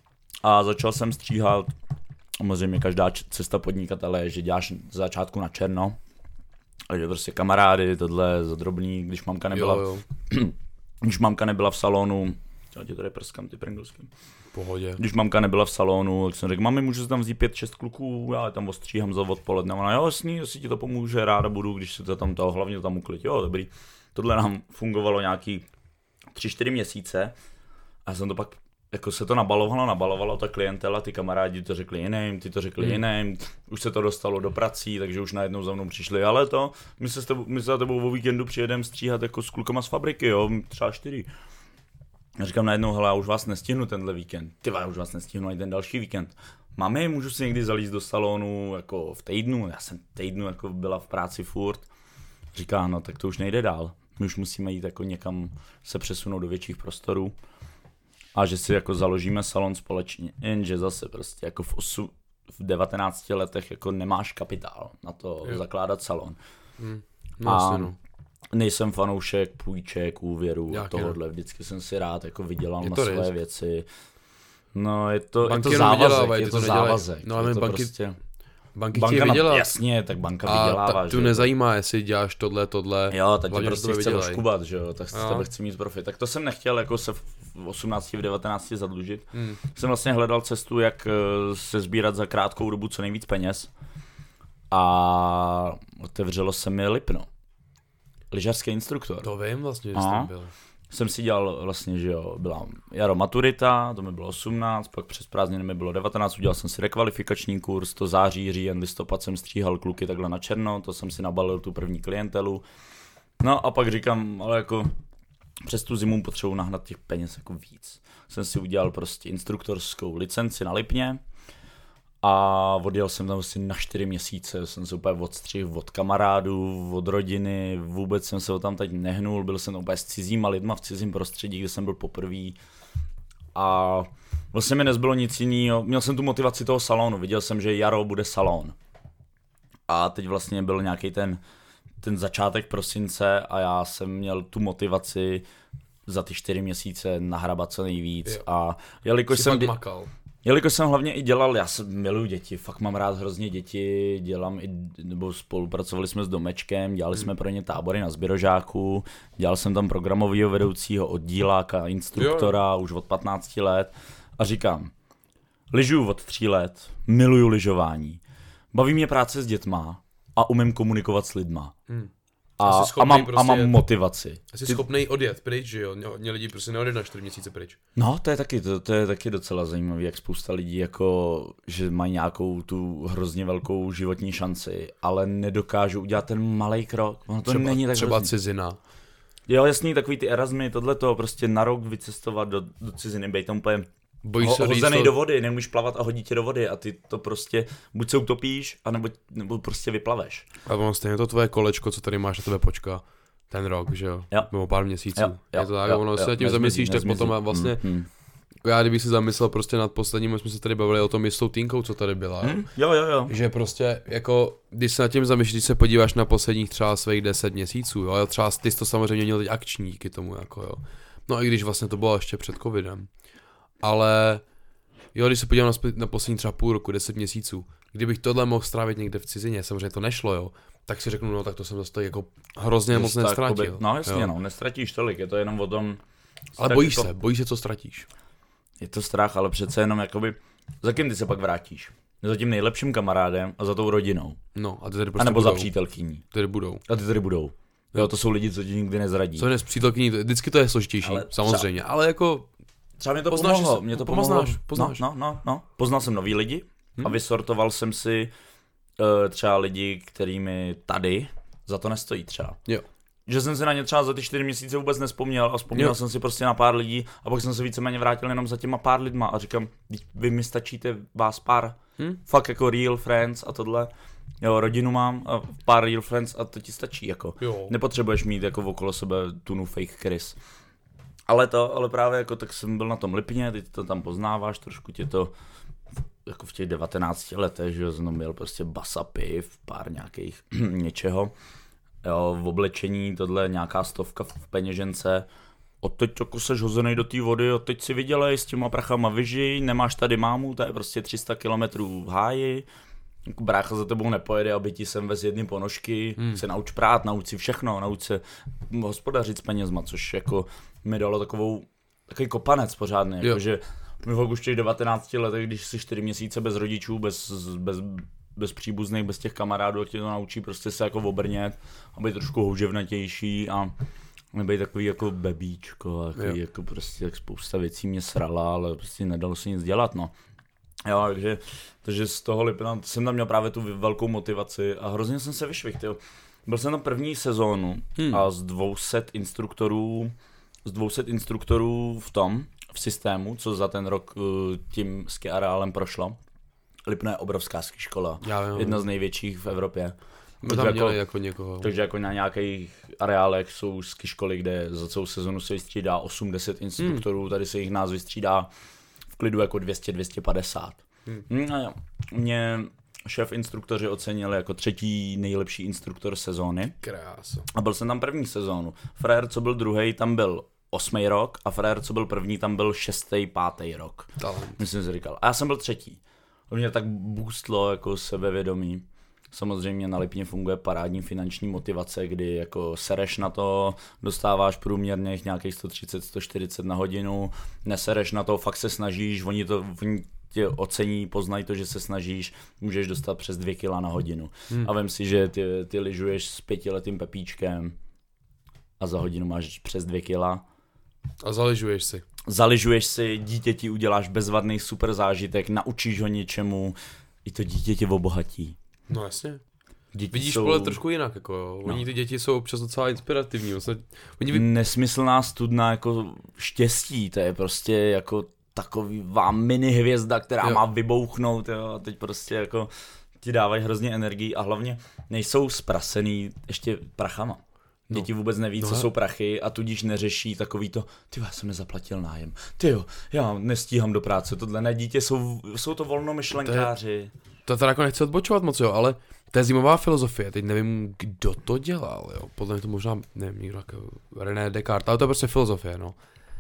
a začal jsem stříhat. Samozřejmě každá cesta podnikatele je, že děláš z začátku na černo, takže prostě kamarády, tohle za drobný, když mamka nebyla, jo, jo. když mamka nebyla v salonu, já tě tady prskám ty pringlsky. Pohodě. Když mamka nebyla v salonu, tak jsem řekl, mami, můžu si tam vzít pět, šest kluků, já tam ostříhám za odpoledne. Ona, jo, jasný, jestli ti to pomůže, ráda budu, když si to tam toho, hlavně to tam uklid. Jo, dobrý. Tohle nám fungovalo nějaký tři čtyři měsíce a jsem to pak, jako se to nabalovalo, nabalovalo ta klientela, ty kamarádi to řekli jiným, ty to řekli hmm. jiným, už se to dostalo do prací, takže už najednou za mnou přišli, ale to, my se, s tebou, my se za tebou o víkendu přijedeme stříhat jako s klukama z fabriky, jo, třeba čtyři. Já říkám najednou, hele, já už vás nestihnu tenhle víkend, ty já už vás nestihnu ani ten další víkend. Mami, můžu si někdy zalízt do salonu jako v týdnu, já jsem týdnu jako byla v práci furt. Říká, no tak to už nejde dál, my už musíme jít jako někam se přesunout do větších prostorů. A že si jako založíme salon společně, jenže zase prostě jako v, osu, v devatenácti letech jako nemáš kapitál na to jo. zakládat salon. Hmm. No, a no. nejsem fanoušek půjček, úvěrů a tohohle, ne. vždycky jsem si rád jako vydělal je na to své risk. věci. No je to, je to závazek, závazek, je to, to závazek. No ale je to banky, prostě... banky banka chtějí vydělat. Jasně, tak banka a vydělává. A tu nezajímá, jestli děláš tohle, tohle. Jo, tak tě prostě chce vydělej. oškubat, že jo, tak z tebe chci mít profit. Tak to jsem nechtěl jako se v osmnácti, v devatenácti zadlužit. Hmm. Jsem vlastně hledal cestu, jak se sbírat za krátkou dobu co nejvíc peněz. A otevřelo se mi Lipno. Lyžařský instruktor. To vím vlastně, že jsem byl. Jsem si dělal vlastně, že jo, byla jaro maturita, to mi bylo osmnáct, pak přes prázdniny mi bylo devatenáct, udělal jsem si rekvalifikační kurz, to září, říjen, listopad jsem stříhal kluky takhle na černo, to jsem si nabalil tu první klientelu. No a pak říkám, ale jako přes tu zimu potřebuji nahnat těch peněz jako víc. Jsem si udělal prostě instruktorskou licenci na Lipně a odjel jsem tam asi na čtyři měsíce, jsem se úplně odstřihl od kamarádů, od rodiny, vůbec jsem se o tam teď nehnul, byl jsem úplně s cizíma lidma v cizím prostředí, kde jsem byl poprvý a vlastně mi nezbylo nic jiného, měl jsem tu motivaci toho salonu, viděl jsem, že jaro bude salon a teď vlastně byl nějaký ten, ten začátek prosince a já jsem měl tu motivaci za ty čtyři měsíce nahrabat co nejvíc jo. a jelikož Jsi jsem... Dě... makal. Jelikož jsem hlavně i dělal, já jsem miluji děti, fakt mám rád hrozně děti, dělám i, nebo spolupracovali jsme s Domečkem, dělali jsme pro ně tábory na Zbirožáku, dělal jsem tam programového vedoucího oddíláka, instruktora jo. už od patnácti let a říkám, lyžuju od tří let, miluju lyžování, baví mě práce s dětma a umím komunikovat s lidma. Hmm. A, a, mám, prostě a mám motivaci. Jsi Ty... schopnej odjet pryč, že jo? Hodně lidí prostě neodjet na čtyři měsíce pryč. No, to je taky, to, to je taky docela zajímavé, jak spousta lidí jako, že mají nějakou tu hrozně velkou životní šanci, ale nedokážou udělat ten malej krok. Ono to třeba, není tak třeba hrozný. cizina. Jo, jasný, takový ty Erasmy, tohleto, prostě na rok vycestovat do, do ciziny, bej tam úplně ho, hozenej to... do vody, nemůžeš plavat a hodí tě do vody a ty to prostě, buď se utopíš, anebo, nebo prostě vyplaveš. A ono stejně to tvoje kolečko, co tady máš na tebe počká, ten rok, že jo, jo. nebo pár měsíců. Jo, jo, je to tak, jo, ono jo, se tím nezmizí, zamyslíš, tak nezmizí. potom vlastně, hmm, hmm. já kdybych si zamyslel prostě nad posledním, jsme se tady bavili o tom jistou týnkou, co tady byla. Hmm, jo, jo, jo. Že prostě, jako, když se nad tím zamýšlíš, když se podíváš na posledních třeba svých deset měsíců, jo, třeba ty jsi to samozřejmě měl teď akční díky tomu, jako jo. No i když vlastně to bylo ještě před covidem. Ale, jo, když se podívám na, na poslední třeba půl roku, deset měsíců, kdybych tohle mohl strávit někde v cizině, samozřejmě to nešlo, jo, tak si řeknu, no tak to jsem zase jako hrozně moc nestratil. Jakoby, no jasně, jo. no, nestratíš tolik, je to jenom o tom... Ale bojíš jako, se, bojíš se, co ztratíš. Je to strach, ale přece jenom jakoby, za kým ty se pak vrátíš? Za tím nejlepším kamarádem a za tou rodinou. No, a ty tady prostě a nebo budou. za přítelkyní. Tady budou. A ty tady budou. Jo, to jsou lidi, co ti nikdy nezradí. Co je s přítelkyní, vždycky to je složitější, ale samozřejmě, třeba, ale jako... Třeba mě to pomohlo, mě to pomohlo. Poznáš, poznáš. No, no, no, no. Poznal jsem nový lidi hmm? a vysortoval jsem si uh, třeba lidi, kterými tady za to nestojí třeba. Jo. Že jsem si na ně třeba za ty čtyři měsíce vůbec nespomněl a vzpomněl jo. jsem si prostě na pár lidí a pak jsem se víceméně vrátil jenom za těma pár lidma a říkám, vy mi stačíte vás pár, hmm? fakt jako real friends a tohle. Jo, rodinu mám a pár real friends a to ti stačí jako. Jo. Nepotřebuješ mít jako okolo sebe tunu fake Chris. Ale to, ale právě jako tak jsem byl na tom Lipně, ty to tam poznáváš, trošku tě to jako v těch devatenácti letech, že jsem měl prostě basa piv, pár nějakých něčeho. Jo, v oblečení, tohle nějaká stovka v peněžence. Odteď jako seš hozenej do té vody, odteď si vydělej s těma prachama vyžij, nemáš tady mámu, to je prostě tři sta kilometrů v háji. Jako brácha za tebou nepojede, aby ti sem vez jedny ponožky, hmm. se nauč prát, nauč si všechno, nauč se hospodařit s penězma, což jako mi dalo takovou, takový kopanec pořádný, jakože mi fakt už v těch devatenácti letech, když jsi čtyři měsíce bez rodičů, bez, bez, bez příbuzných, bez těch kamarádů, jak tě to naučí prostě se jako obrnět, aby trošku houževnatější a nebej takový jako bebíčko, takový jako prostě jak spousta věcí mě srala, ale prostě nedalo se nic dělat, no. Jo, takže, takže z toho Lipna jsem tam měl právě tu velkou motivaci a hrozně jsem se vyšvihl, tyjo. Byl jsem tam první sezónu hmm. a z dvou set instruktorů, z dvou set instruktorů v tom, v systému, co za ten rok tím ski areálem prošlo. Lipno je obrovská ski škola, já, jedna z největších v Evropě. My tam měli jako někoho. Takže jako na nějakých areálech jsou ski školy, kde za celou sezonu se vystřídá osm deset instruktorů, hmm. tady se jich nás vystřídá v klidu jako dvě stě až dvě stě padesát. Hmm. A mě šéf instruktoři ocenili jako třetí nejlepší instruktor sezóny. Krása. A byl jsem tam první sezónu. Frajer, co byl druhý, tam byl osmý rok a frajer, co byl první, tam byl šestý, pátý rok. Talent. Myslím si říkal. A já jsem byl třetí. To mě tak boostlo jako sebevědomí. Samozřejmě na Lipně funguje parádní finanční motivace, kdy jako sereš na to, dostáváš průměrně nějakých sto třicet až sto čtyřicet na hodinu, nesereš na to, fakt se snažíš, oni to oni tě ocení, poznají to, že se snažíš, můžeš dostat přes dvě kila na hodinu. Hmm. A vem si, že ty, ty lyžuješ s pětiletým Pepíčkem a za hodinu máš přes dvě kila. A zaližuješ si. Zaližuješ si, dítě ti uděláš bezvadný super zážitek, naučíš ho něčemu, i to dítě tě obohatí. No jasně. Děti Vidíš jsou... trošku jinak, jako jo. Oni no. ty děti jsou občas docela inspirativní. Oni vy... Nesmyslná studna jako štěstí, to je prostě jako takový vám mini hvězda, která jo. má vybouchnout, jo, a teď prostě jako ti dávají hrozně energii a hlavně nejsou zprasený ještě prachama. No. Děti vůbec neví, no. co jsou prachy a tudíž neřeší takový to, ty já jsem nezaplatil nájem, ty jo, já nestíhám do práce, tohle ne, dítě jsou, jsou to volnomyšlenkáři. To, je, to teda jako nechci odbočovat moc, jo, ale to je zajímavá filozofie, teď nevím, kdo to dělal, jo, podle mě to možná, nevím, někdo jako René Descartes, ale to je prostě filozofie, no.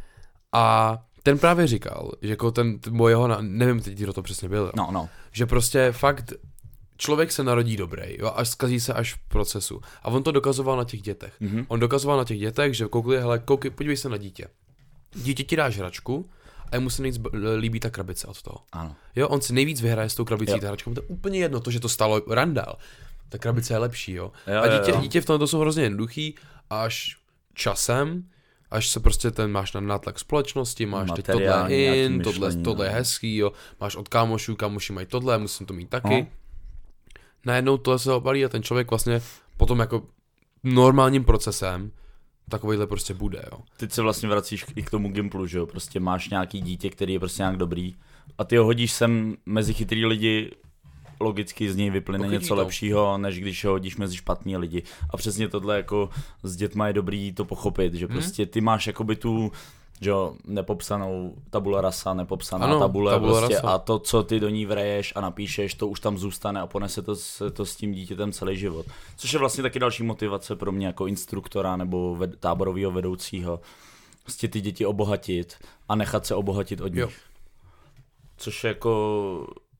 A ten právě říkal, že jako ten, mojeho, nevím teď, kdo to přesně byl, no, no. že prostě fakt člověk se narodí dobrý, jo, až zkazí se až v procesu. A on to dokazoval na těch dětech. Mm-hmm. On dokazoval na těch dětech, že koukli, hele, koukli, podívej se na dítě. Dítě ti dáš hračku a jemu se nejvíc líbí ta krabice od toho. Ano. Jo, on si nejvíc vyhraje s tou krabicí, ta hračkou. To je úplně jedno, to, že to stalo randál. Ta krabice je lepší, jo. jo a dítě, jo, jo. dítě v tomto jsou hrozně jednoduchý, až časem, až se prostě ten máš na nátlak společnosti, máš teď tohle in, tohle, tohle je hezký, jo. Máš od kámošů, kámoši mají tohle, musím to mít taky. No. Najednou tohle se obalí a ten člověk vlastně potom jako normálním procesem takovejhle prostě bude, jo. Teď se vlastně vracíš i k tomu Gimplu, že jo, prostě máš nějaký dítě, který je prostě nějak dobrý a ty ho hodíš sem mezi chytrý lidi, logicky z něj vyplyne něco to. lepšího, než když ho hodíš mezi špatný lidi. A přesně tohle jako s dětma je dobrý to pochopit, že prostě ty máš jakoby tu že jo, nepopsanou tabula rasa, nepopsaná ano, tabule, tabula prostě rasa. A to, co ty do ní vreješ a napíšeš, to už tam zůstane a ponese to, to s tím dítětem celý život. Což je vlastně taky další motivace pro mě jako instruktora nebo ved, táborového vedoucího. Vlastně ty děti obohatit a nechat se obohatit od nich. Jo. Což jako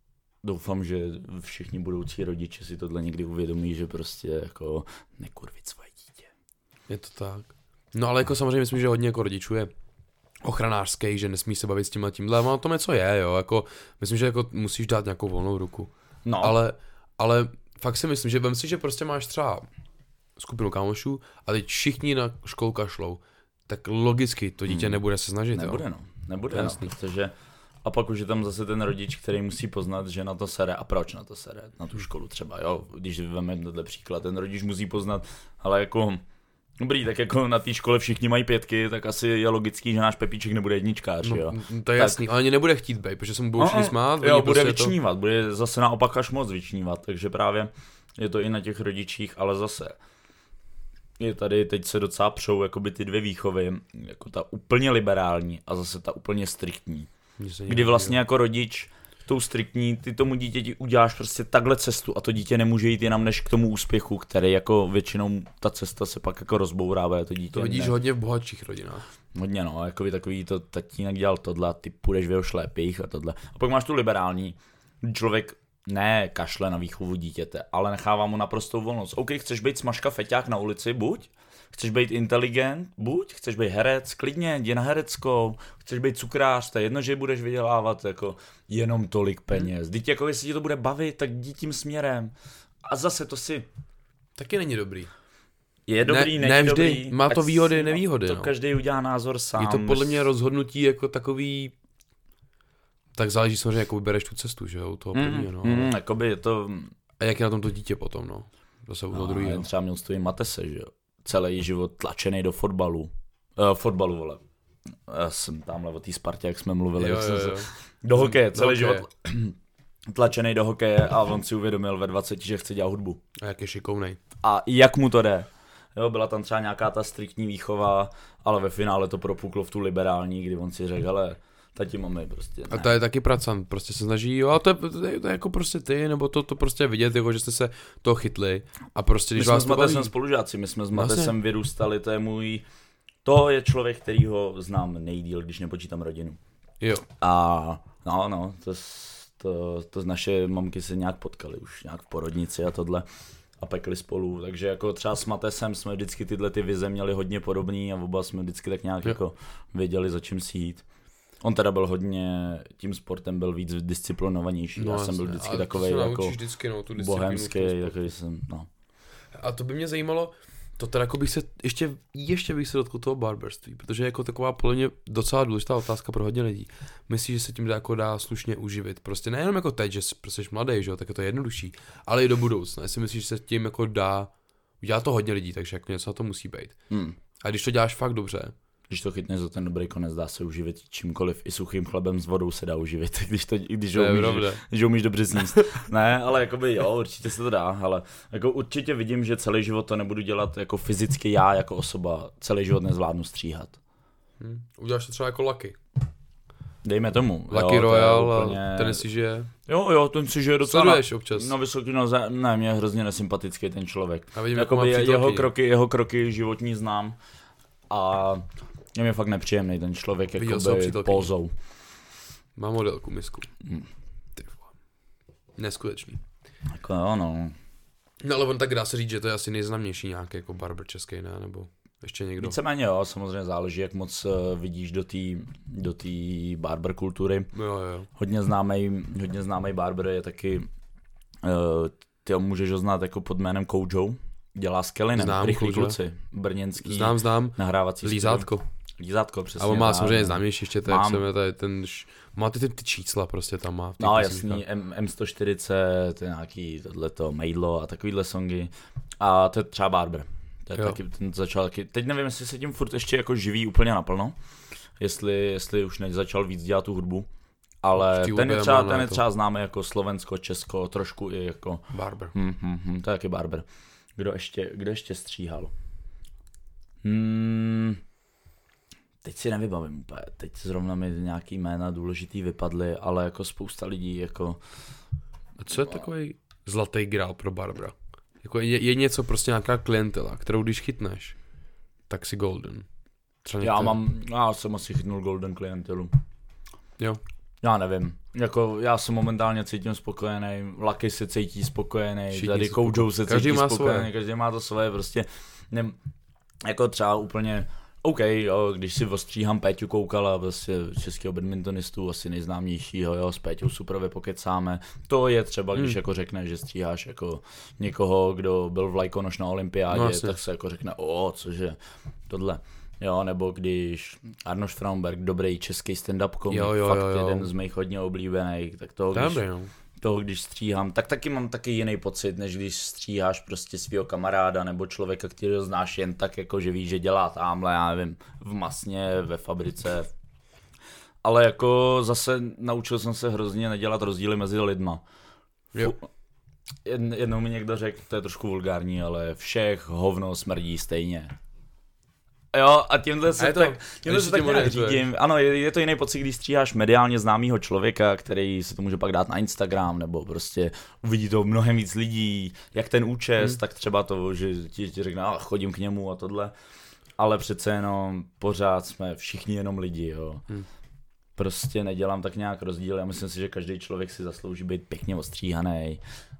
doufám, že všichni budoucí rodiče si tohle někdy uvědomí, že prostě jako nekurvit svoje dítě. Je to tak. No ale jako samozřejmě myslím, že hodně jako rodičů je ochranářský, že nesmí se bavit s tímhle tímhle, ale to něco je, jo, jako myslím, že jako musíš dát nějakou volnou ruku. No. Ale, ale fakt si myslím, že vem si, že prostě máš třeba skupinu kámošů a teď všichni na školu kašlou, tak logicky to dítě hmm. nebude se snažit, Nebude, jo? no. Nebude, no, protože a pak už je tam zase ten rodič, který musí poznat, že na to sere a proč na to sere, na tu školu třeba, jo, když vememe tenhle příklad, ten rodič musí poznat, ale jako, dobrý, tak jako na té škole všichni mají pětky, tak asi je logický, že náš Pepíček nebude jedničkář, no, jo. To je tak... jasný, ale ani nebude chtít bej, protože se mu budou všichni smát. Jo, bude prostě vyčnívat, to... bude zase naopak až moc vyčnívat, takže právě je to i na těch rodičích, ale zase je tady, teď se docela přou jakoby ty dvě výchovy, jako ta úplně liberální a zase ta úplně striktní. Kdy vlastně jako rodič tou striktní, ty tomu dítěti uděláš prostě takhle cestu a to dítě nemůže jít jinam než k tomu úspěchu, který jako většinou ta cesta se pak jako rozbourává a to dítě. To vidíš ne... hodně v bohatších rodinách. Hodně no, jako by takový to tatínek dělal tohle a ty půjdeš v jeho šlépích a tohle. A pak máš tu liberální, člověk ne kašle na výchovu dítěte, ale nechává mu naprostou volnost. OK, chceš být smažka feťák na ulici, buď. Chceš být inteligent, buď. Chceš být herec, klidně, jdi na hereckou. Chceš být cukrář, to je jedno, že budeš vydělávat jako jenom tolik peněz. Vždyť jako jestli ti to bude bavit, tak jdi tím směrem. A zase to si... Taky není dobrý. Je dobrý, ne, není ne vždy. dobrý. Má to výhody, nevýhody. To no. každý udělá názor sám. Je to podle mě rozhodnutí jako takový... Tak záleží samozřejmě, jak vybereš tu cestu, že jo, toho prvního, no. Mm, jakoby je to... A jak je na tom to dítě potom, no. Zase u toho no, druhého. Třeba měl stojí Matese, že jo. Celý život tlačený do fotbalu. Uh, fotbalu, vole. Já jsem tamhle o té Spartě, jak jsme mluvili. Jo, jo, jo. Do hokeje, celý do život tlačený do hokeje a on si uvědomil ve dvaceti, že chce dělat hudbu. A jak je šikovnej. A jak mu to jde. Jo, byla tam třeba nějaká ta striktní výchova, ale ve finále to propuklo v tu liberální, kdy on si řekl, ale tati mami prostě ne. A to je taky pracant, prostě se snaží, jo, a to je, to je, to je jako prostě ty, nebo to, to prostě vidět, jako že jste se toho chytli a prostě když my vás jsme to s Matesem spolužáci, my jsme s Matesem vyrůstali, to je můj, to je člověk, který ho znám nejdýl, když nepočítám rodinu. Jo. A no, no, to, to, to naše mamky se nějak potkali už nějak v porodnici a tohle a pekli spolu, takže jako třeba s Matesem jsme vždycky tyhle ty vize měli hodně podobný a oba jsme vždycky tak nějak jo. jako věděli, za čím si jít. On teda byl hodně, tím sportem byl víc disciplinovanější, no, já jsem byl vždycky takovej jako vždycky, no, tu bohemský, takový jsem, no. A to by mě zajímalo, to teda jako bych se, ještě, ještě bych se dotkl toho barberství, protože je jako taková podle mě docela důležitá otázka pro hodně lidí. Myslíš, že se tím dá, jako dá slušně uživit? Prostě nejenom jako teď, že jsi prostě mladý, že jo, tak je to jednodušší, ale i do budoucna. Jestli myslíš, že se tím jako dá, udělá to hodně lidí, takže jako něco na to musí být. Hmm. A když to děláš fakt dobře, když to chytneš za ten dobrý konec, dá se uživit čímkoliv, i suchým chlebem s vodou se dá uživit, když to, když ho umíš, když umíš dobře sníst. Ne, ale jakoby jo, určitě se to dá, ale jako určitě vidím, že celý život to nebudu dělat jako fyzicky já, jako osoba, celý život nezvládnu stříhat. Hmm. Uděláš to třeba jako Lucky. Dejme tomu. Lucky Royal, úplně... ten si žije. Jo, jo, ten si žije docela. Sleduješ občas. No vysoký noze, ne, mě je hrozně nesympatický ten člověk. A vidím, jakoby je, jeho kroky, jeho kroky životní znám a je mi fakt nepříjemný ten člověk, jakoby pózou. Má modelku misku. Hmm. Ty vole. Neskutečný. Jako jo, no. No ale on tak dá se říct, že to je asi nejznámější nějaký jako barber český, ne? Nebo ještě někdo? Víceméně jo, samozřejmě záleží, jak moc uh, vidíš do té do té barber kultury. Jo, jo. Hodně známý, hodně známý barber je taky, uh, ty ho můžeš ho znát jako pod jménem Koujo. Dělá s Kellynem, rychlí kluci, brněnský. Znám, znám. Nahrávací Lízátko. Studio. Lízátko, přesně. A on má samozřejmě známější ještě, tak mám... se tady ten, má ty, ty, ty čísla prostě tam má. No jasný, M, M140, to je nějaký tohleto Mejdlo a takovýhle songy. A to je třeba Barber. To je taky, ten začal taky, teď nevím, jestli se tím furt ještě jako živí úplně naplno, jestli, jestli už nezačal víc dělat tu hudbu. Ale ten je, třeba, ten je třeba známý jako Slovensko, Česko, trošku i jako... Barber. Hm, hm, hm, to je taky Barber. Kdo ještě, kdo ještě stříhal? Hmm, teď si nevybavím úplně. Teď zrovna mi nějaký jména důležitý vypadly, ale jako spousta lidí jako... A co je takový zlatý grál pro barbera? Jako je, je něco prostě nějaká klientela, kterou když chytneš, tak si golden. Třeba já mám, já jsem asi chytnul golden klientelu. Jo. Já nevím, jako já se momentálně cítím spokojený, Lucky se cítí spokojený, všichni tady Koujo se každý cítí má spokojený, svoje. Každý má to svoje, prostě ne, jako třeba úplně, OK, jo, když si ostříhám Péťu Koukala, prostě českého badmintonistu, asi nejznámějšího, jo, s Péťou super vypokecáme, to je třeba, když hmm. jako řekne, že stříháš jako někoho, kdo byl v lajkonoš na olympiádě, no, tak se jako řekne, o, cože, tohle. Jo, nebo když Arnoš Fraumberg, dobrý český stand-up komik, jo, jo, fakt jo, jo. jeden z mých hodně oblíbených, tak toho když, Dobrý, no. toho, když stříhám, tak taky mám taky jiný pocit, než když stříháš prostě svého kamaráda nebo člověka, kterého znáš jen tak, jako že víš, že dělá tamhle, já nevím, v masně, ve fabrice. Ale jako zase naučil jsem se hrozně nedělat rozdíly mezi lidma. Jo. Jednou mi někdo řekl, to je trošku vulgární, ale všech hovno smrdí stejně. Jo, a tímhle se to, tak, tímhle se tak nějak řídím. Ano, je, je to jiný pocit, když stříháš mediálně známýho člověka, který se to může pak dát na Instagram, nebo prostě uvidí to mnohem víc lidí, jak ten účes, hmm. tak třeba to, že ti, ti řekne, ah, chodím k němu a tohle. Ale přece jenom pořád jsme všichni jenom lidi, jo. Hmm. Prostě nedělám tak nějak rozdíl, já myslím si, že každý člověk si zaslouží být pěkně ostříhaný.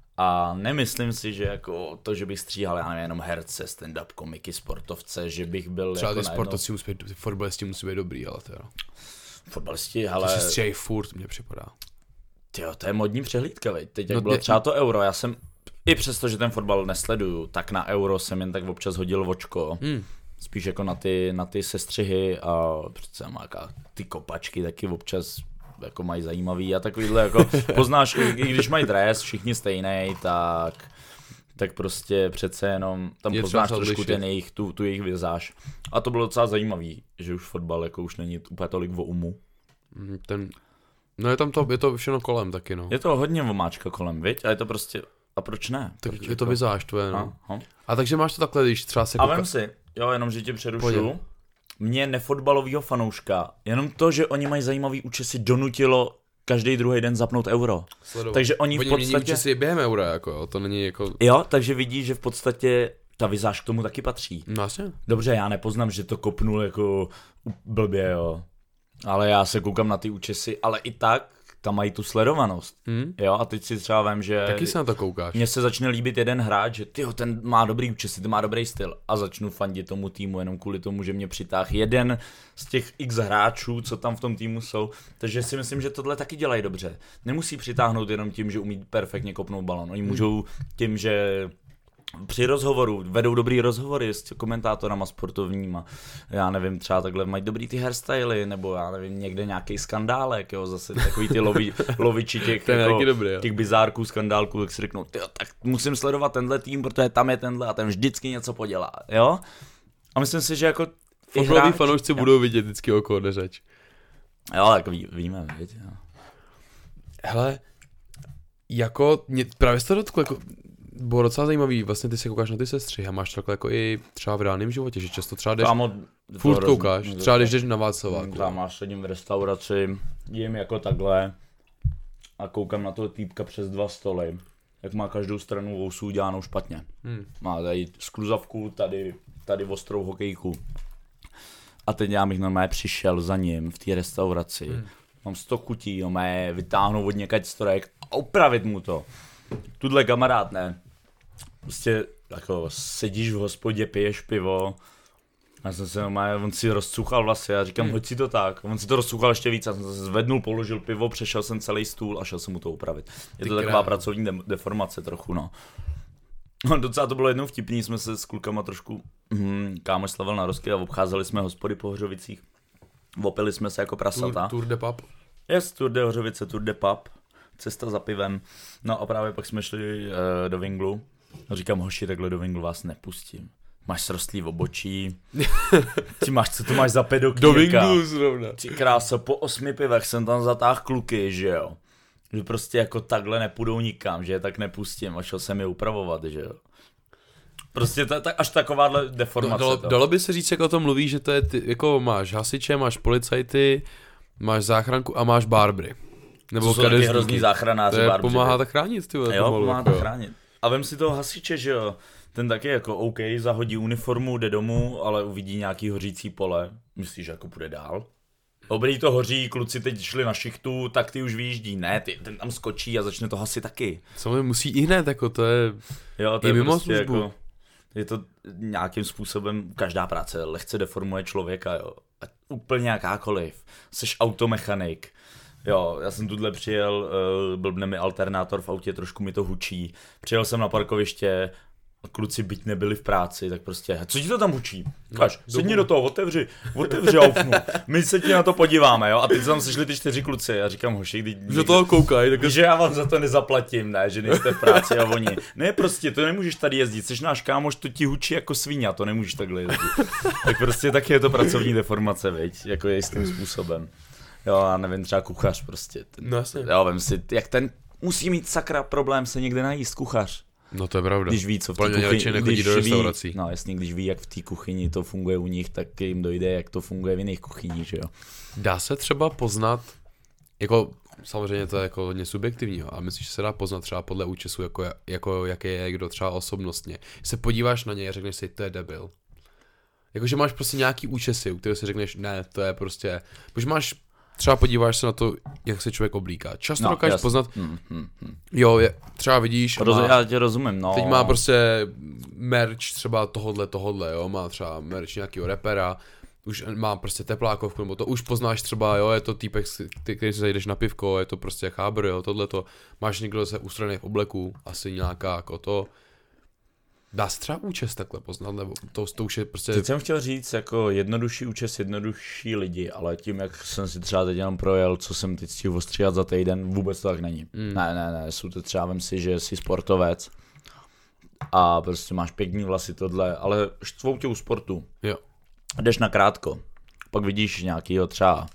A nemyslím si, že jako to, že bych stříhal, já nevím, jenom herce, stand-up komiky, sportovce, že bych byl třeba jako ty sportovci musí být, ty fotbalisti musí být dobrý, ale teda. Fotbalisti, ale... To se stříhají furt, mně připadá. Tyjo, to je modní přehlídka, veď. Teď jak no, bylo je... třeba to Euro, já jsem, i přesto, že ten fotbal nesleduju, tak na Euro jsem jen tak občas hodil vočko. Hmm. Spíš jako na ty, na ty sestřihy a přece má ty kopačky taky občas jako mají zajímavý a takovýhle jako poznáš, i když mají dres, všichni stejnej, tak tak prostě přece jenom tam je poznáš trošku ten jejich, tu, tu jejich vizáž. A to bylo docela zajímavý, že už fotbal jako už není úplně tolik o umu. Ten, no je tam to, je to všechno kolem taky, no. Je to hodně vomáčka kolem, viď? A je to prostě, a proč ne? Tak proč je jako? to vizáž tvoje, no. Aha. A takže máš to takhle, když třeba se kouka... A vem si, jo, jenom že tě přerušu. Mě nefotbalovýho fanouška, jenom to, že oni mají zajímavý účesy, donutilo každý druhý den zapnout Euro. Sledovat. Takže oni v podstatě... účesy během Eura, jako jo, to není jako... Jo, takže vidí, že v podstatě ta vizáž k tomu taky patří. No jasně. Dobře, já nepoznám, že to kopnul jako blbě, jo. Ale já se koukám na ty účesy, ale i tak tam mají tu sledovanost. Hmm? Jo, a teď si třeba vím, že... Taky se na to koukáš. Mně se začne líbit jeden hráč, že tyjo, ten má dobrý účesy, ten má dobrý styl. A začnu fandit tomu týmu jenom kvůli tomu, že mě přitáhl jeden z těch x hráčů, co tam v tom týmu jsou. Takže si myslím, že tohle taky dělají dobře. Nemusí přitáhnout jenom tím, že umí perfektně kopnout balon. Oni hmm. můžou tím, že... Při rozhovoru, vedou dobrý rozhovory s komentátorama sportovníma, já nevím, třeba takhle mají dobrý ty hairstyly, nebo já nevím, někde nějaký skandálek, jo, zase takový ty lovi, loviči těch, jako, dobrý, těch bizárků, skandálků, tak si řeknou, tyjo, tak musím sledovat tenhle tým, protože tam je tenhle a ten vždycky něco podělá, jo? A myslím si, že jako... Fotbaloví hráč... fanoušci jo. budou vidět vždycky oko neřeč. Jo, tak ví, víme, víte, jo. Hele, jako, mě, právě jsi to dotkl, jako... Bylo docela zajímavý, vlastně ty se koukáš na ty sestřihy a máš takhle jako i třeba v reálném životě, že často třeba jdeš, Kámo, furt roz... koukáš, roz... třeba když jdeš na Václaváku. Tam máš, sedím v restauraci, jím jako takhle a koukám na toho týpka přes dva stoly, jak má každou stranu vousů dělanou špatně. Hmm. Má tady skluzavku, tady, tady ostrou hokejku. A teď já bych normálně přišel za ním v té restauraci, hmm. mám sto chutí, no mé, vytáhnout od někať strojek a upravit mu to. Tudle kamarád, ne. Prostě jako sedíš v hospodě, piješ pivo. Já jsem se normálně, on si rozcuchal vlasy a říkám, hmm. hoď si to tak. On si to rozcuchal ještě víc, já jsem se zvednul, položil pivo, přešel jsem celý stůl a šel jsem mu to upravit. Je to Ty taková krát. pracovní de- deformace trochu, no. No docela to bylo jednou vtipný, jsme se s klukama trošku, hm, kámoš slavil narozky a obcházeli jsme hospody po Hořovicích. Opili jsme se jako prasata. Tour, tour de pub. Yes, Tour de Hořovice, Tour de pub. Cesta za pivem. No a právě pak jsme šli uh, do Vinglu. A říkám, hoši, takhle do Vinglu vás nepustím. Máš srostlý v obočí. Ty máš, co to máš za pedokýrka? Do Vinglu zrovna. Ty kráso, po osmi pivech jsem tam zatáhl kluky, že jo. Že prostě jako takhle nepůjdou nikam, že je tak nepustím. A šel jsem je upravovat, že jo. Prostě ta, ta, až takováhle deformace. Dalo, dalo by se říct, jak o tom mluví, že to je, ty, jako máš hasiče, máš policajty, máš záchranku a máš barbry. Nebo co jsou taky hrozný záchranáři, to je, barbři. pomáhá tak chránit, ty vole. Jo, pomáhá tak chránit. A vem si toho hasiče, že jo, ten taky jako OK, zahodí uniformu, jde domů, ale uvidí nějaký hořící pole. Myslíš, že jako půjde dál? Dobrý, to hoří, kluci teď šli na šichtu, tak ty už vyjíždí. Ne, ty, ten tam skočí a začne to hasit taky. Samozřejmě musí i hned, jako to je, jo, to i je mimo prostě službu. Jako, je to nějakým způsobem, každá práce lehce deformuje člověka, jo. A úplně jakákoliv. Jseš automechanik. Jo, já jsem tuhle přijel, uh, blbne mi alternátor v autě, trošku mi to hučí. Přijel jsem na parkoviště, kluci byť nebyli v práci, tak prostě, co ti to tam hučí? Kaž, no, sedni do toho, otevři, otevři aufnu, my se ti na to podíváme, jo, a teď tam sešli ty čtyři kluci, já říkám, hoši, když že toho koukaj, tak že já vám za to nezaplatím, ne, že nejste v práci a oni, ne, prostě, to nemůžeš tady jezdit, jsi náš kámoš, to ti hučí jako svině, to nemůžeš takhle jezdit. Tak prostě taky je to pracovní deformace, viď, jako je jistým způsobem. Jo, já nevím, třeba kuchař prostě. Ten, no jasně. Jo, vem si, jak ten musí mít sakra problém se někde najíst, kuchař. No to je pravda. Když ví, co v té kuchyni, když do restaurací. Ví, no jasně, když ví, jak v té kuchyni to funguje u nich, tak jim dojde, jak to funguje v jiných kuchyních, že jo. Dá se třeba poznat, jako samozřejmě to je jako hodně subjektivního, ale myslím, že se dá poznat třeba podle účesu, jako, jako jaký je kdo třeba osobnostně. Když se podíváš na něj a řekneš si, to je debil. Jakože máš prostě nějaký účesy, u kterého si řekneš, ne, to je prostě, protože máš třeba podíváš se na to, jak se člověk oblíká. Často no, dokážeš jasný. poznat, hmm, hmm, hmm. jo, je, třeba vidíš, Roz, má, já tě rozumím, no. Teď má prostě merch třeba tohodle, tohodle, jo, má třeba merch nějakého rapera, už má prostě teplákovku, nebo to už poznáš třeba, jo, je to týpek, který si zajdeš na pivko, je to prostě chábr, jo, tohleto, máš někdo se ustrojený v obleku, asi nějaká jako to. Dá se třeba účes takhle poznat, nebo to, to už je prostě... Teď jsem chtěl říct, jako jednodušší účes, jednodušší lidi, ale tím, jak jsem si třeba teď jenom projel, co jsem teď stihl ostříhat za týden, vůbec to tak není. Mm. Ne, ne, ne, jsou to třeba, vem si, že jsi sportovec a prostě máš pěkný vlasy tohle, ale štvou tě u sportu. Jo. Jdeš na krátko, pak vidíš nějakýho třeba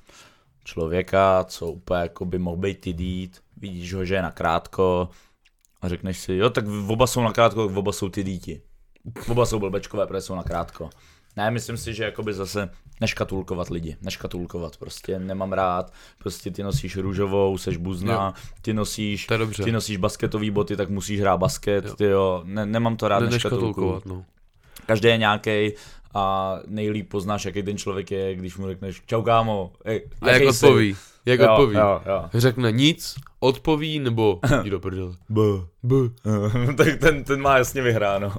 člověka, co úplně jako by mohl být tidít, vidíš ho, že je na krátko, a řekneš si, jo, tak oba jsou na krátko, oba jsou ty díti. Oba jsou blbečkové, protože jsou na krátko. Ne, myslím si, že jakoby zase neškatulkovat lidi, neškatulkovat, prostě nemám rád, prostě ty nosíš růžovou, seš buzna, jo. ty nosíš, ty nosíš basketový boty, tak musíš hrát basket, jo. ty jo, ne, nemám to rád, ne, neškatulkovat. No. Každý je nějaký a nejlíp poznáš, jaký ten člověk je, když mu řekneš, čau kámo, ej, a jak odpoví, jak jo, odpoví, jo, jo. řekne nic, odpoví, nebo jdi do prdele. B. B. Tak ten, ten má jasně vyhráno.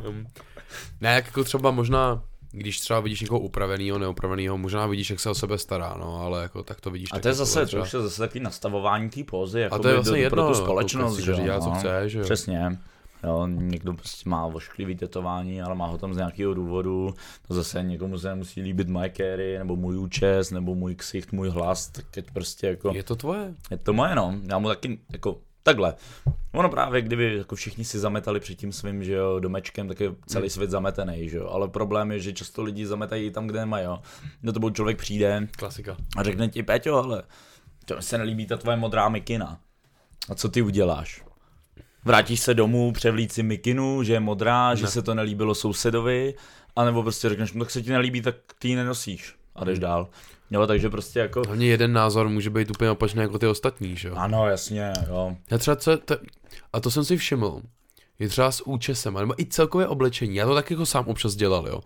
Ne, jako třeba možná, když třeba vidíš někoho upravenýho, neupravenýho, možná vidíš, jak se o sebe stará, no, ale jako tak to vidíš. A to je zase, to už je zase takový nastavování té pózy, jako a to je vlastně do, jedno, pro tu společnost, že jo, no, co chce, že jo. Přesně. Jo, někdo prostě má ošklivý tetování, ale má ho tam z nějakého důvodu, to zase někomu se nemusí líbit moje kéry, nebo můj účes, nebo můj ksicht, můj hlas, tak teď prostě jako... Je to tvoje? Je to moje, no, já mu taky, jako, takhle. Ono právě, kdyby jako všichni si zametali před tím svým, že jo, domečkem, tak je celý hmm. svět zametený, že jo, ale problém je, že často lidi zametají tam, kde nemají, jo. Do toho člověk přijde Klasika. A řekne ti, Péťo, ale to se nelíbí ta tvoje modrá mikina. A co ty uděláš? Vrátíš se domů, převlít si mikinu, že je modrá, ne. že se to nelíbilo sousedovi, anebo prostě řekneš, no tak se ti nelíbí, tak ty ji nenosíš a jdeš dál. Jo, takže prostě jako... Hlavně jeden názor může být úplně opačný jako ty ostatní, že jo? Ano, jasně, jo. Já třeba, co, to, a to jsem si všiml, je třeba s účesem, nebo i celkové oblečení, já to tak jako sám občas dělal, jo.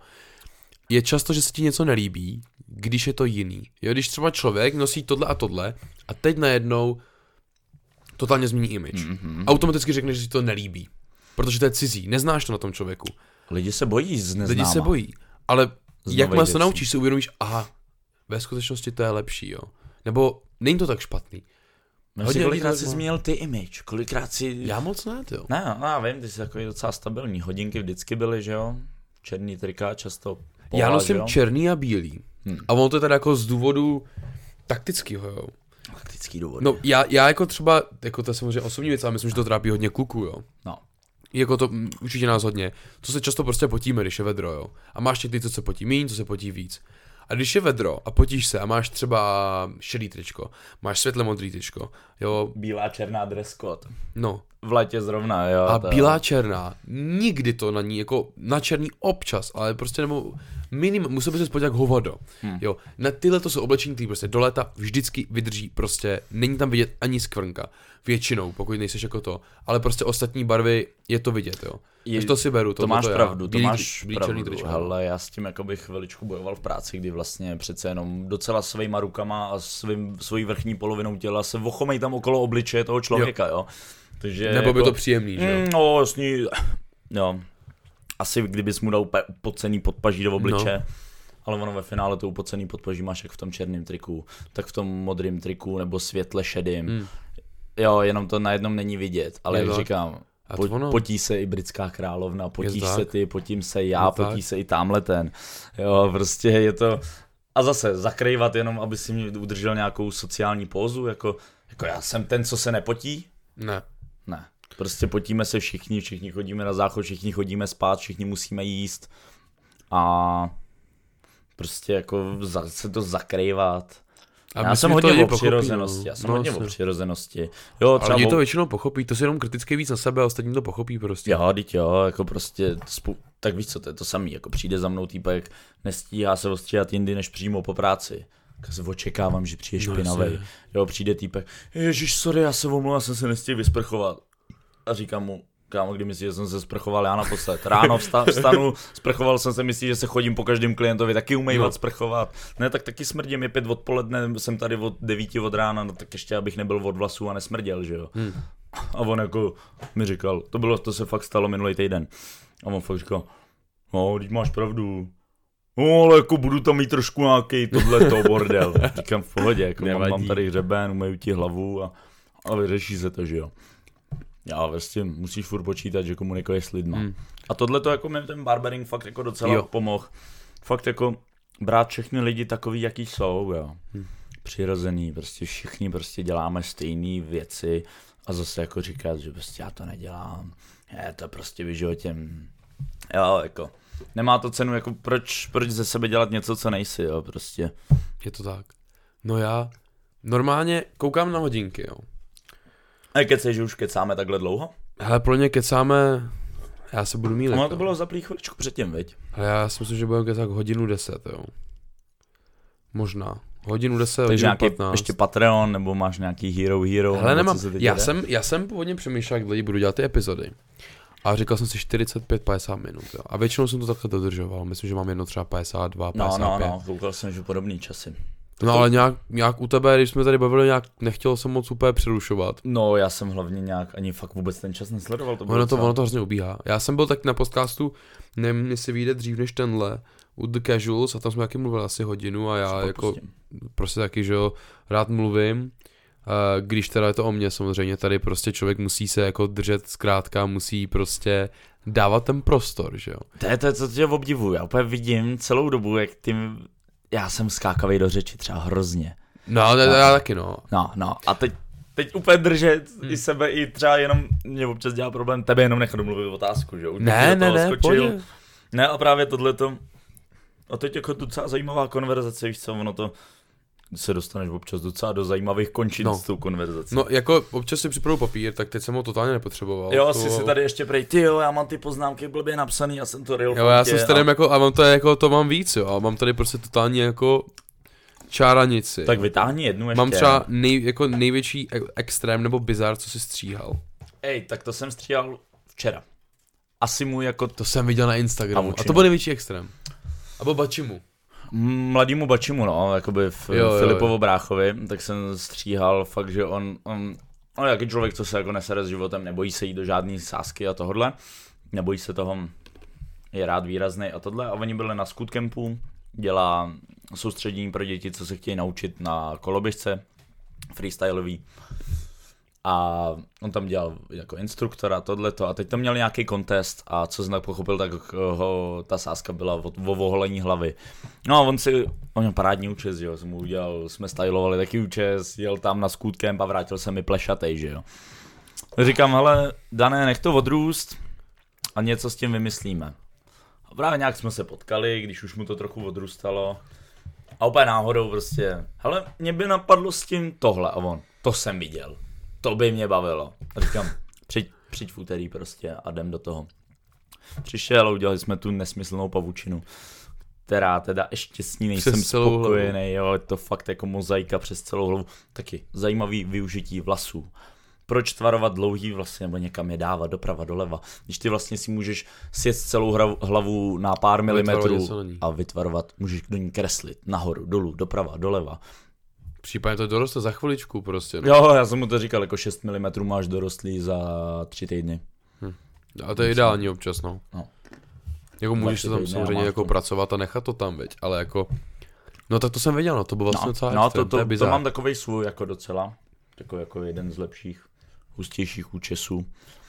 Je často, že se ti něco nelíbí, když je to jiný. Jo, když třeba člověk nosí tohle a tohle a teď najednou totálně změní image. Mm-hmm. Automaticky řekneš, že si to nelíbí, protože to je cizí, neznáš to na tom člověku. Lidi se bojí z neznáma. Lidi se bojí, ale jakmile se naučíš, si uvědomíš, aha, ve skutečnosti to je lepší, jo. Nebo není to tak špatný. Hodně kolikrát jsi změnil ty image, kolikrát si... Já moc ne, jo. Ne, no, já vím, ty jsi takový docela stabilní. Hodinky vždycky byly, že jo? Černý trika, často pola, já nosím černý a bílý. Hmm. A ono to je teda jako z důvodu taktického, jo. Taktický důvod. No, já, já jako třeba, jako to je samozřejmě osobní věc, ale myslím, že to trápí hodně kluků, jo. No. Jako to určitě nás hodně. To se často prostě potíme, když je vedro, jo. A máš ty, co se potí míň, co se potí víc. A když je vedro a potíš se a máš třeba šedý tričko, máš světle modrý tričko, Jo. Bílá černá dress code. No. V létě zrovna, jo. A to... bílá černá, nikdy to na ní, jako na černý občas, ale prostě nebo minimum, musel by se spodit jak hovado. Hmm. Jo, na tyhle to jsou oblečení, které prostě do léta vždycky vydrží, prostě není tam vidět ani skvrnka. Většinou, pokud nejseš jako to, ale prostě ostatní barvy je to vidět, jo. Je, to si beru, to, to máš to pravdu, bílý, to máš bílý, pravdu, trička, ale já s tím jakoby chviličku bojoval v práci, kdy vlastně přece jenom docela svýma rukama a svým, svojí vrchní polovinou těla se vochomej tam okolo obličeje toho člověka, jo. jo. Takže nebo by jako, to příjemný, že jo? No, jasný, jo. Asi kdybys mu dal úplně upocený podpaží do obličeje, no. Ale ono ve finále to upocený podpaží máš jak v tom černém triku, tak v tom modrém triku nebo světle šedým. Hmm. Jo, jenom to najednou není vidět, ale jak říkám, po, potí se i britská královna, potíš se ty, potím se já, je potí tak. se i támhle ten. Jo, prostě je to... A zase zakrývat jenom, aby si mi udržel nějakou sociální pózu, jako, jako já jsem ten, co se nepotí? Ne. Ne. Prostě potíme se všichni, všichni chodíme na záchod, všichni chodíme spát, všichni musíme jíst. A prostě jako se to zakrývat. A já jsem hodně o přirozenosti, já jsem no, hodně o přirozenosti. Jo, ale oni to většinou pochopí, to si jenom kriticky víc na sebe a ostatní to pochopí prostě. Jo, teď jo, jako prostě, spou- tak víš co, to je to samý, jako přijde za mnou týpek, nestíhá se ostříhat jindy než přímo po práci. Tak se očekávám, že přijde špinavej. No, jo, přijde týpek, ježiš, sorry, já se omlouvám, jsem se nestihl vysprchovat. A říkám mu, kámo, kdy myslíš, že jsem se sprchoval já naposled? Ráno vsta- vstanu, sprchoval jsem se, myslíš, že se chodím po každém klientovi taky umývat, no. sprchovat. Ne, tak taky smrdím, je pět odpoledne, jsem tady od devíti od rána, no tak ještě abych nebyl od vlasů a nesmrděl, že jo. Hmm. A on jako mi říkal, to bylo, to se fakt stalo minulý týden. A on fakt říkal, no, teď máš pravdu. No, ale jako budu tam mít trošku nějaký tohleto bordel. Říkám v pohodě, jako mám, mám tady hřeben, umyju ti hlavu a, a vyřeší se to, že jo. Já vlastně musíš furt počítat, že komunikuješ s lidma. Hmm. A tohle to jako mi ten barbering fakt jako docela jo. pomohl. Fakt jako brát všechny lidi takový, jaký jsou, jo. Hmm. Přirozený, prostě všichni prostě děláme stejné věci a zase jako říkat, že prostě já to nedělám. Je to prostě v životě. Jo, jako nemá to cenu, jako proč, proč ze sebe dělat něco, co nejsi, jo, prostě. Je to tak. No já normálně koukám na hodinky, jo. A kecej, že už kecáme takhle dlouho? Hele, pro ně kecáme, já se budu mílit. No to bylo zaplý chviličku předtím, viď? Ale já si myslím, že budeme kecat hodinu deset, jo. Možná. Hodinu deset, takže hodinu patnáct. Ještě Patreon, nebo máš nějaký Hero Hero? Hele, nemám, já jsem, já jsem původně přemýšlel, jak lidi budu dělat ty epizody. A říkal jsem si čtyřicet pět padesát minut, jo. A většinou jsem to takhle dodržoval. Myslím, že mám jedno třeba padesát dva, padesát pět. No, no, no, koukal jsem, že podobný časy. No ale nějak, nějak u tebe, když jsme tady bavili, nějak nechtěl jsem moc úplně přerušovat. No já jsem hlavně nějak ani fakt vůbec ten čas nesledoval. To ono, to, ono to hrozně ubíhá. Já jsem byl tak na podcastu, nevím, jestli vyjde dřív než tenhle, u The Casuals a tam jsme taky mluvili asi hodinu a já jako prostě taky, že jo, rád mluvím. Když teda je to o mně samozřejmě, tady prostě člověk musí se jako držet zkrátka, musí prostě dávat ten prostor, že jo. To je to, co tě obdivuju, já úplně vidím celou dobu, jak ty... Já jsem skákavý do řeči třeba hrozně. No, ne, no. Já taky no. No, no a teď, teď úplně držet hmm. i sebe, i třeba jenom, mě občas dělá problém tebe jenom nechat domluvit otázku, že? Už ne, ne, ne, pojď. Ne a právě tohleto, a teď jako docela zajímavá konverzace, víš co, ono to, se dostaneš občas docela do zajímavých končin no. s tou konverzací. No jako občas si připravu papír, tak teď jsem ho totálně nepotřeboval. Jo, to... si si tady ještě prej, ty jo, já mám ty poznámky blbě napsaný, já jsem to real. Jo, já jsem s a... jako, a mám to jako, to mám víc, jo, a mám tady prostě totálně jako čáranici. Tak vytáhni jednu ještě. Mám třeba nej, jako největší extrém nebo bizar, co jsi stříhal. Ej, tak to jsem stříhal včera. Asi mu jako... To jsem viděl na Instagramu, a, a to byl největší extrém. A byl Bačimu. Mladýmu Bačimu, no, jakoby v jo, Filipovo jo. bráchovi, tak jsem stříhal fakt, že on, on, on jaký člověk, co se jako nesere s životem, nebojí se jít do žádný sásky a tohodle, nebojí se toho, je rád výrazný a tohle, a oni byli na Scootcampu, dělá soustředění pro děti, co se chtějí naučit na koloběžce, freestylový. A on tam dělal jako instruktora tohleto a teď tam měl nějaký contest a co jsem tak pochopil, tak ho, ta sázka byla o, o voholení hlavy. No a on si, on měl parádní účes, že jo, jsem mu udělal, jsme stylovali taky účes, jel tam na Scootcamp a vrátil se mi plešatej, že jo. Říkám, hele, Dané, nech to odrůst a něco s tím vymyslíme. A právě nějak jsme se potkali, když už mu to trochu odrůstalo a úplně náhodou prostě, hele, mě by napadlo s tím tohle a on, to jsem viděl. to by mě bavilo. A říkám, přijď, přijď v úterý prostě a jdem do toho. Přišel a udělali jsme tu nesmyslnou pavučinu, která teda ještě s ní nejsem spokojený, jo, je to fakt jako mozaika přes celou hlavu. Taky zajímavý využití vlasů. Proč tvarovat dlouhý vlasy nebo někam je dávat doprava, doleva, když ty vlastně si můžeš sjet celou hlavu na pár milimetrů a vytvarovat, můžeš do ní kreslit nahoru, dolů, doprava, doleva. Případně to doroste za chviličku prostě. No. Jo, já jsem mu to říkal, jako šest milimetrů máš dorostlý za tři týdny. Hm. A to je ideální občas, no. no. Jako můžeš to tam samozřejmě jako pracovat a nechat to tam, veď, ale jako, no tak to jsem věděl, no, to bylo vlastně no, docela no, extrém, to, to, to, to mám takovej svůj jako docela, takový jako jeden z lepších, hustějších účesů.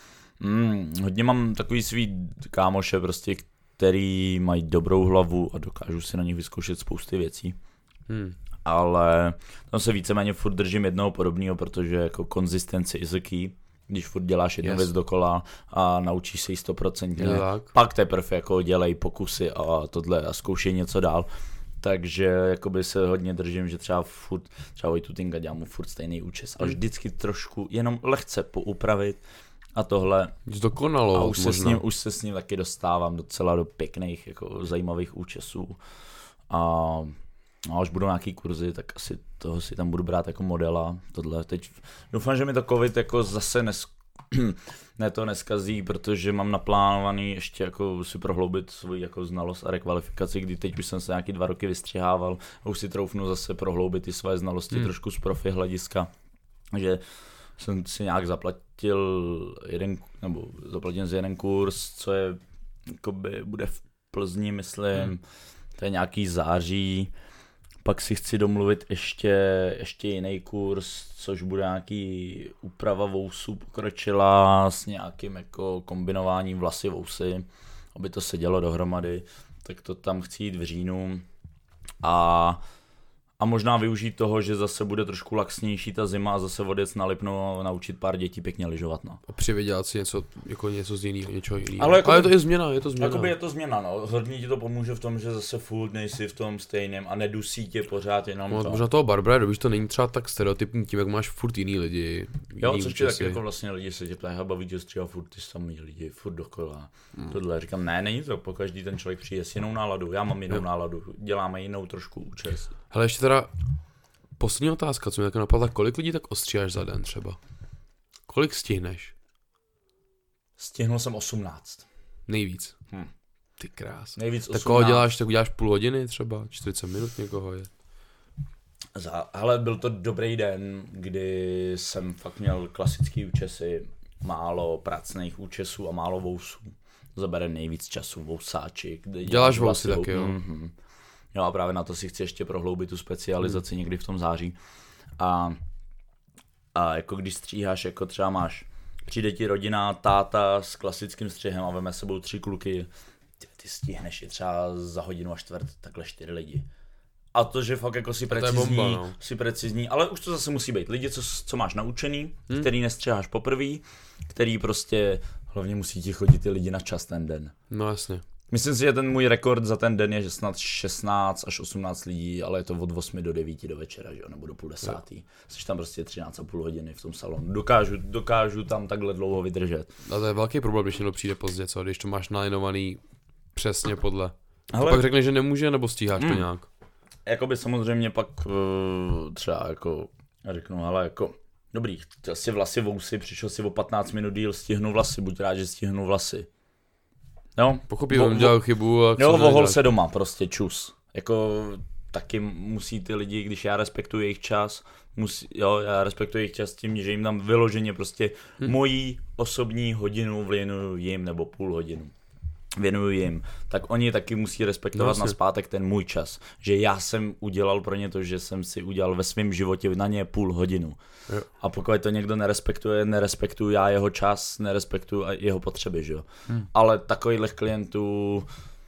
Mm, hodně mám takový svý kámoše prostě, který mají dobrou hlavu a dokážu si na nich vyzkoušet spousty věcí. Hmm. Ale tam se víceméně furt držím jednoho podobného, protože jako konzistenci is a key. Když furt děláš jednu yes. věc dokola a naučíš se jí stoprocentně, pak teprve jako dělej pokusy a tohle a zkoušej něco dál. Takže jakoby se hodně držím, že třeba furt, třeba i tutinga dělám mu furt stejný účes, ale vždycky trošku jenom lehce poupravit a tohle. Zdokonalo. A už se, s ním, už se s ním taky dostávám docela do pěkných, jako zajímavých účesů. A, a až budou nějaký kurzy, tak asi toho si tam budu brát jako modela. Tohle. Teď doufám, že mi to covid jako zase nes... ne to neskazí, protože mám naplánovaný ještě jako si prohloubit svoji jako znalost a rekvalifikaci, kdy teď už jsem se nějaký dva roky vystřihával a už si troufnu zase prohloubit ty své znalosti hmm. trošku z profi hlediska, že jsem si nějak zaplatil jeden, nebo zaplatil si jeden kurz, co je, jakoby bude v Plzni, myslím, hmm. to je nějaký září. Pak si chci domluvit ještě, ještě jiný kurz, což bude nějaký úprava vousů pokročila s nějakým jako kombinováním vlasy vousy, aby to se dělo dohromady, tak to tam chci jít v říjnu a, a možná využít toho, že zase bude trošku laxnější ta zima a zase odjet na Lipno a naučit pár dětí pěkně lyžovat. No. A přivydělat si něco, jako něco z jiného, něčeho jiného. Ale, jako Ale je to je změna, je to změna. Jakoby je to změna, no. Hodně ti to pomůže v tom, že zase furt nejsi v tom stejném a nedusí tě pořád jenom no, to. Možná toho Barbara, když to není třeba tak stereotypní tím, jak máš furt jiný lidi. Jiný jo, což je tak jako vlastně lidi se tě ptají, baví tě stříha furt ty samý lidi, furt dokola. Hmm. Tohle říkám, ne, není to, po každý ten člověk přijde s jinou náladu, já mám jinou jo. náladu, děláme jinou trošku účes. Hele, ještě teda poslední otázka, co mě tak napadla, kolik lidí tak ostříháš za den třeba? Kolik stihneš? Stihnul jsem osmnáct. Nejvíc? Hm. Ty krás. Nejvíc osmnáct. Tak koho děláš, tak uděláš půl hodiny třeba? čtyřicet minut někoho je? Za, hele, byl to dobrý den, kdy jsem fakt měl klasický účesy, málo pracných účesů a málo vousů. Zabere nejvíc času vousáči. Děláš vousy taky, jo? Mm-hmm. Jo a právě na to si chci ještě prohloubit tu specializaci hmm. někdy v tom září. A, a jako když stříháš, jako třeba máš, přijde ti rodina, táta s klasickým střihem a veme sebou tři kluky, ty, ty stihneš je třeba za hodinu a čtvrt, takhle čtyři lidi. A to, že fakt jako si precizní, bomba, no. si precizní, ale už to zase musí být lidi, co, co máš naučený, hmm. který nestřiháš poprvé, který prostě, hlavně musí ti chodit ty lidi na čas ten den. No jasně. Myslím si, že ten můj rekord za ten den je že snad šestnáct až osmnáct lidí, ale je to od osmi do devíti do večera, že jo, nebo do půl desátý. Jsi tam prostě třináct a půl hodiny v tom salonu. Dokážu, dokážu tam takhle dlouho vydržet. A to je velký problém, když někdo přijde pozdě, co? Když to máš nalinovaný přesně podle. Ale... To pak řekneš, že nemůže, nebo stíháš hmm. to nějak? Jakoby samozřejmě pak uh, třeba jako řeknu, ale jako dobrý, chtěl si vlasy vousy, přišel si o patnáct minut díl, stihnu vlasy, buď rád, že stihnu vlasy. No, pochopil, on dělal chybu. A jo, vohol se doma, prostě čus. Jako taky musí ty lidi, když já respektuji jejich čas, musí, jo, já respektuji jejich čas tím, že jim dám vyloženě prostě hm. moji osobní hodinu věnuju jim, nebo půl hodinu věnuju jim, tak oni taky musí respektovat no, na zpátek ten můj čas. Že já jsem udělal pro ně to, že jsem si udělal ve svém životě na ně půl hodinu. Jo. A pokud to někdo nerespektuje, nerespektuju já jeho čas, nerespektuju jeho potřeby, že jo. Hmm. Ale takových klientů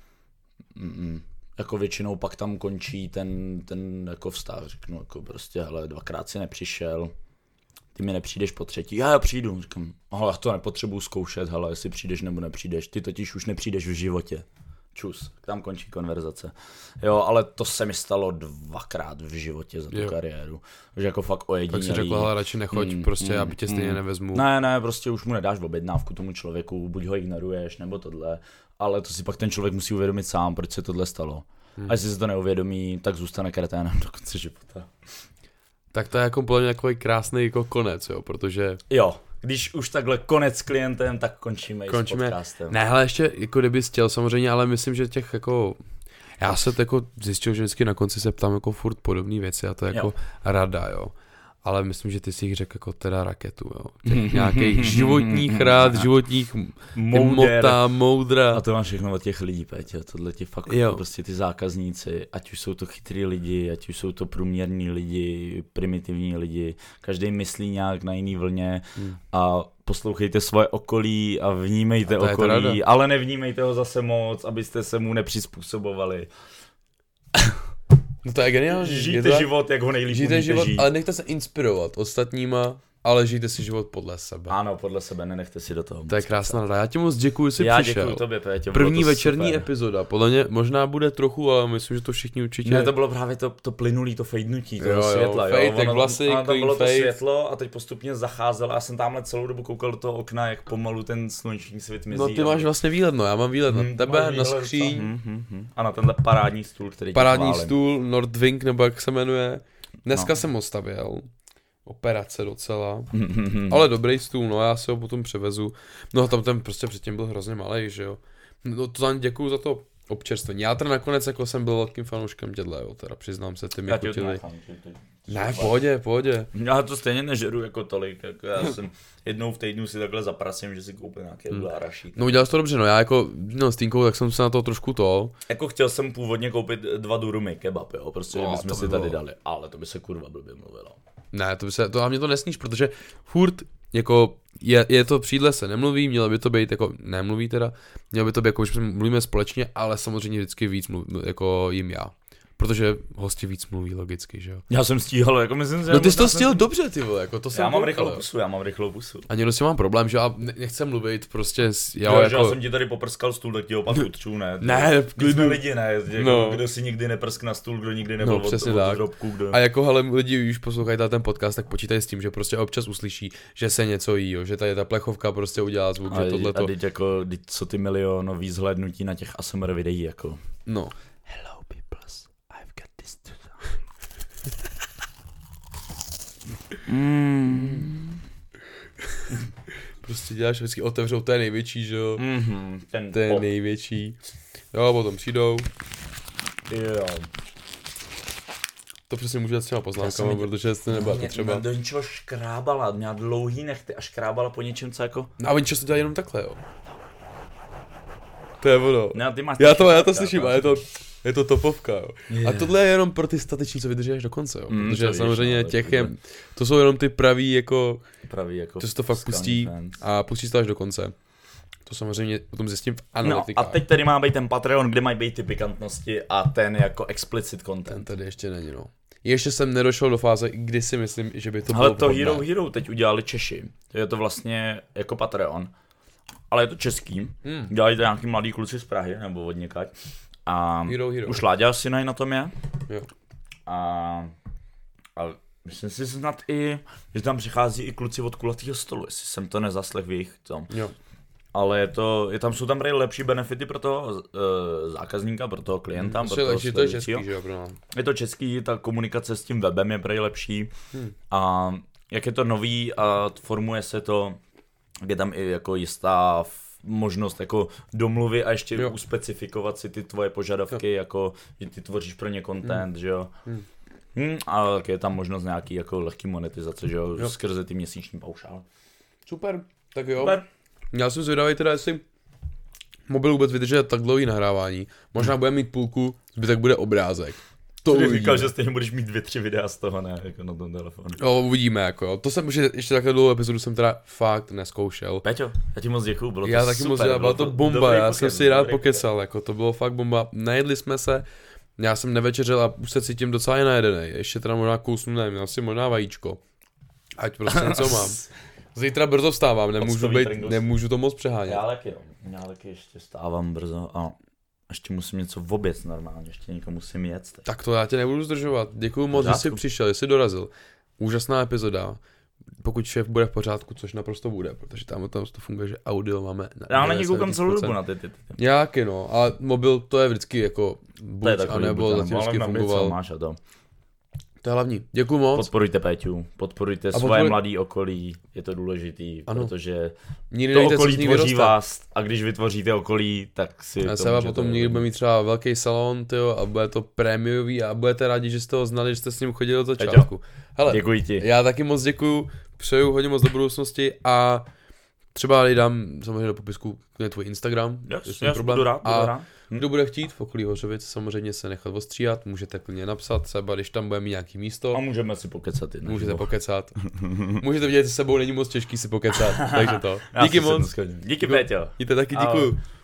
mm, jako většinou pak tam končí ten, ten jako vztah. Řeknu jako prostě, hele, dvakrát si nepřišel, ty mi nepřijdeš po třetí, já, já přijdu, říkám, ale já to nepotřebuju zkoušet, hele, jestli přijdeš nebo nepřijdeš, ty totiž už nepřijdeš v životě. čus, tam končí konverzace. Jo, ale to se mi stalo dvakrát v životě za tu jo. kariéru. Že jako fakt ojedinělý. Tak si řekl, hele, radši nechoď, mm, prostě, mm, aby tě stejně mm. nevezmu. Ne, ne, prostě už mu nedáš objednávku tomu člověku, buď ho ignoruješ, nebo tohle. Ale to si pak ten člověk musí uvědomit sám, proč se tohle stalo. Hmm. A jestli se to neuvědomí, tak zůstane kreténem do konce života. Tak to je jako podle mě takový krásný jako konec, jo, protože... Jo, když už takhle konec s klientem, tak končíme, končíme. i s podcastem. Ne, hele, ještě jako kdyby chtěl samozřejmě, ale myslím, že těch jako... Já se to jako zjistil, že vždycky na konci se ptám jako furt podobné věci a to je jako jo. rada, jo. Ale myslím, že ty si jich řekl jako teda raketu, jo. Těch nějakých životních rád, životních mota, moudra. A to máš všechno od těch lidí, Péťo. Tohle ti fakt jo. prostě ty zákazníci, ať už jsou to chytrý lidi, ať už jsou to průměrní lidi, primitivní lidi, každý myslí nějak na jiný vlně hmm. a poslouchejte svoje okolí a vnímejte a okolí, ale nevnímejte ho zase moc, abyste se mu nepřizpůsobovali. No to je geniální. Žijte je život, jak ho nejlíp žijte život, žít. Ale nechte se inspirovat ostatníma, ale žijte si život podle sebe. Ano, podle sebe, nenechte si do toho. To je krásná rada. Já ti moc děkuji, že jsi Já přišel. Já děkuji tobě, Péťo. První večerní super. epizoda. Podle mě možná bude trochu, ale myslím, že to všichni určitě... Ne, to bylo právě to, to plynulý, to fejdnutí, toho jo, světla. Jo, fade, jo. Ono, vlasy, ono tam bylo fade. To světlo a teď postupně zacházelo. Já jsem tamhle celou dobu koukal do toho okna, jak pomalu ten sluneční svět mizí. No ty máš vlastně výhled, no, já mám výhled na hmm, tebe, na skříň. Hmm, hmm, hmm. A na tenhle parádní stůl, který Parádní stůl, Nordwing, nebo jak se jmenuje. Dneska no. jsem ho stavěl. Operace docela, ale dobrý stůl, no já se ho potom převezu. No tam ten prostě předtím byl hrozně malej, že jo. No to za děkuju za to občerstvení. Já teda nakonec jako jsem byl velkým fanouškem tědle, jo, teda přiznám se, ty mi chutili. Ne, v pohodě, v pohodě. Já to stejně nežeru jako tolik, jako já jsem jednou v týdnu si takhle zaprasím, že si koupím nějaké hmm. arašík. No udělal jsi to dobře, no já jako, no s Týnkou, tak jsem se na to trošku to. Jako chtěl jsem původně koupit dva durumy kebab, jo, prostě no, bychom si by tady dali, ale to by se kurva blbě mluvilo. Ne, to by se, to a mě to nesníš, protože furt, jako, je, je to přídle se nemluví, mělo by to být, jako, nemluví teda, mělo by to být, jako, že mluvíme společně, ale samozřejmě vždycky víc mluví, jako jim já. Protože hosti víc mluví logicky, že jo. Já jsem stíhal, jako myslím, že... No ty jsi to stihl dobře, ty vole, jako to jsem Já mám rychlou pusu, já mám rychlou pusu. A někdo si mám problém, že já nechci mluvit, prostě... Já, jo, jako... že já jsem ti tady poprskal stůl, tak ti ho pak utřu, ne? Ne, my jsme lidi, ne? Jako, no. Kdo si nikdy neprsk na stůl, kdo nikdy nebyl no, od, od drobku, kdo... A jako, hele, lidi už poslouchají ten podcast, tak počítají s tím, že prostě občas uslyší, že se něco jí, jo, že tady ta plechovka prostě udělá zvuk, a, že tohleto... A teď jako, teď co ty milionový zhlédnutí na těch A S M R videí, jako... No. Mm. Prostě děláš vždycky otevřou, to je největší, že jo? Mm-hmm, ten to je největší. Jo, potom přijdou. Jo. To přesně můžu dát s těma poznámkama, protože jste nebyla potřeba. Do něčeho škrábala, měla dlouhý nechty a škrábala po něčem, co jako... No a oni často dělají jenom takhle, jo. To je ono. No, ty máš já to, já to slyším, ale je to... Je to topovka, jo. Yeah. A tohle je jenom pro ty stateční, co vydrží až do konce, jo. Mm, protože samozřejmě víš, těch je, to jsou jenom ty praví jako, praví jako to se to fakt pustí fans. A pustí to až do konce. To samozřejmě potom zjistím v analytikách. No a teď tady má být ten Patreon, kde mají být ty pikantnosti a ten jako explicit content. Ten tady ještě není, no. Ještě jsem nedošel do fáze, kdy si myslím, že by to bylo Ale to vhodné. Hero Hero teď udělali Češi. To je to vlastně jako Patreon. Ale je to český. Hmm. Dělají to nějaký mladý kluci z Prahy nebo od někať. A hero, hero. Už Láďa Sinaj na tom je. Jo. A, a myslím si snad i, že tam přichází i kluci od kulatého stolu, jestli jsem to nezaslech v jejich tom. Jo. Ale je to, je tam, jsou tam lepší benefity pro toho uh, zákazníka, pro toho klienta, hmm. pro toho to je český, že jo, pro nás. Je to český, ta komunikace s tím webem je prej lepší. Hmm. A jak je to nový a formuje se to, je tam i jako jistá možnost jako domluvy a ještě jo. uspecifikovat si ty tvoje požadavky, jo. jako že ty tvoříš pro ně content, hmm. že jo. Hmm. Hmm, a tak je tam možnost nějaký jako lehký monetizace, že jo, jo. skrze ty měsíční paušál. Super, tak jo. Super. Já jsem zvědavý teda, jestli mobil vůbec vydrží tak dlouhý nahrávání. Možná hmm. bude mít půlku, zbytek bude obrázek. To uvidíme. Říkal, že stejně budeš mít dvě, tři videa z toho, ne, jako na tom telefonu. Jo, uvidíme, jako jo. To jsem už ještě takhle dlouhou epizodu jsem teda fakt neskoušel. Peťo, já ti moc děkuju, bylo to já super. Já taky moc děkuju, byla to bomba, já jsem si rád pokecal, jako to bylo fakt bomba. Najedli jsme se, já jsem nevečeřel a už se cítím docela najedenej. Ještě teda možná kousnu, nevím, měl si možná vajíčko. Ať prostě něco mám. Zítra brzo vstávám, nemůžu, být, nemůžu to moc přehánět. Já taky, no. Já taky ještě vstávám brzo a ještě musím něco v oběc normálně, ještě někam musím jet. Teď. Tak to já tě nebudu zdržovat. Děkuju moc, že jsi přišel, že jsi dorazil. Úžasná epizoda. Pokud šéf bude v pořádku, což naprosto bude, protože tam, tam to funguje, že audio máme na já na ně koukám celou dobu na ty, ty, ty. Jáky no, ale mobil to je vždycky jako buď, anebo zatím vždycky fungoval. Máš a to. To je hlavní. Děkuju moc. Podporujte Péťu, podporujte a svoje podporuj... mladý okolí, je to důležitý, ano. Protože nikdy to okolí tvoří vás a když vytvoříte okolí, tak si já to můžete... potom někdy bude mít třeba velký salon, tyjo, a bude to prémiový a budete rádi, že jste ho znali, že jste s ním chodili od začátku. Hele, děkuji ti. Já taky moc děkuju, přeju hodně moc do budoucnosti a třeba dám samozřejmě do popisku tvůj Instagram, yes, yes, problém. Budu rád, budu rád. Kdo bude chtít v okolí Hořovic samozřejmě se nechat ostříhat, můžete klidně napsat, třeba když tam bude mít nějaký místo. A můžeme si pokecat. Jednou. Můžete pokecat. Můžete vidět, že s sebou není moc těžký si pokecat, takže to. Díky moc. Díky Péťo. Díky taky, děkuju.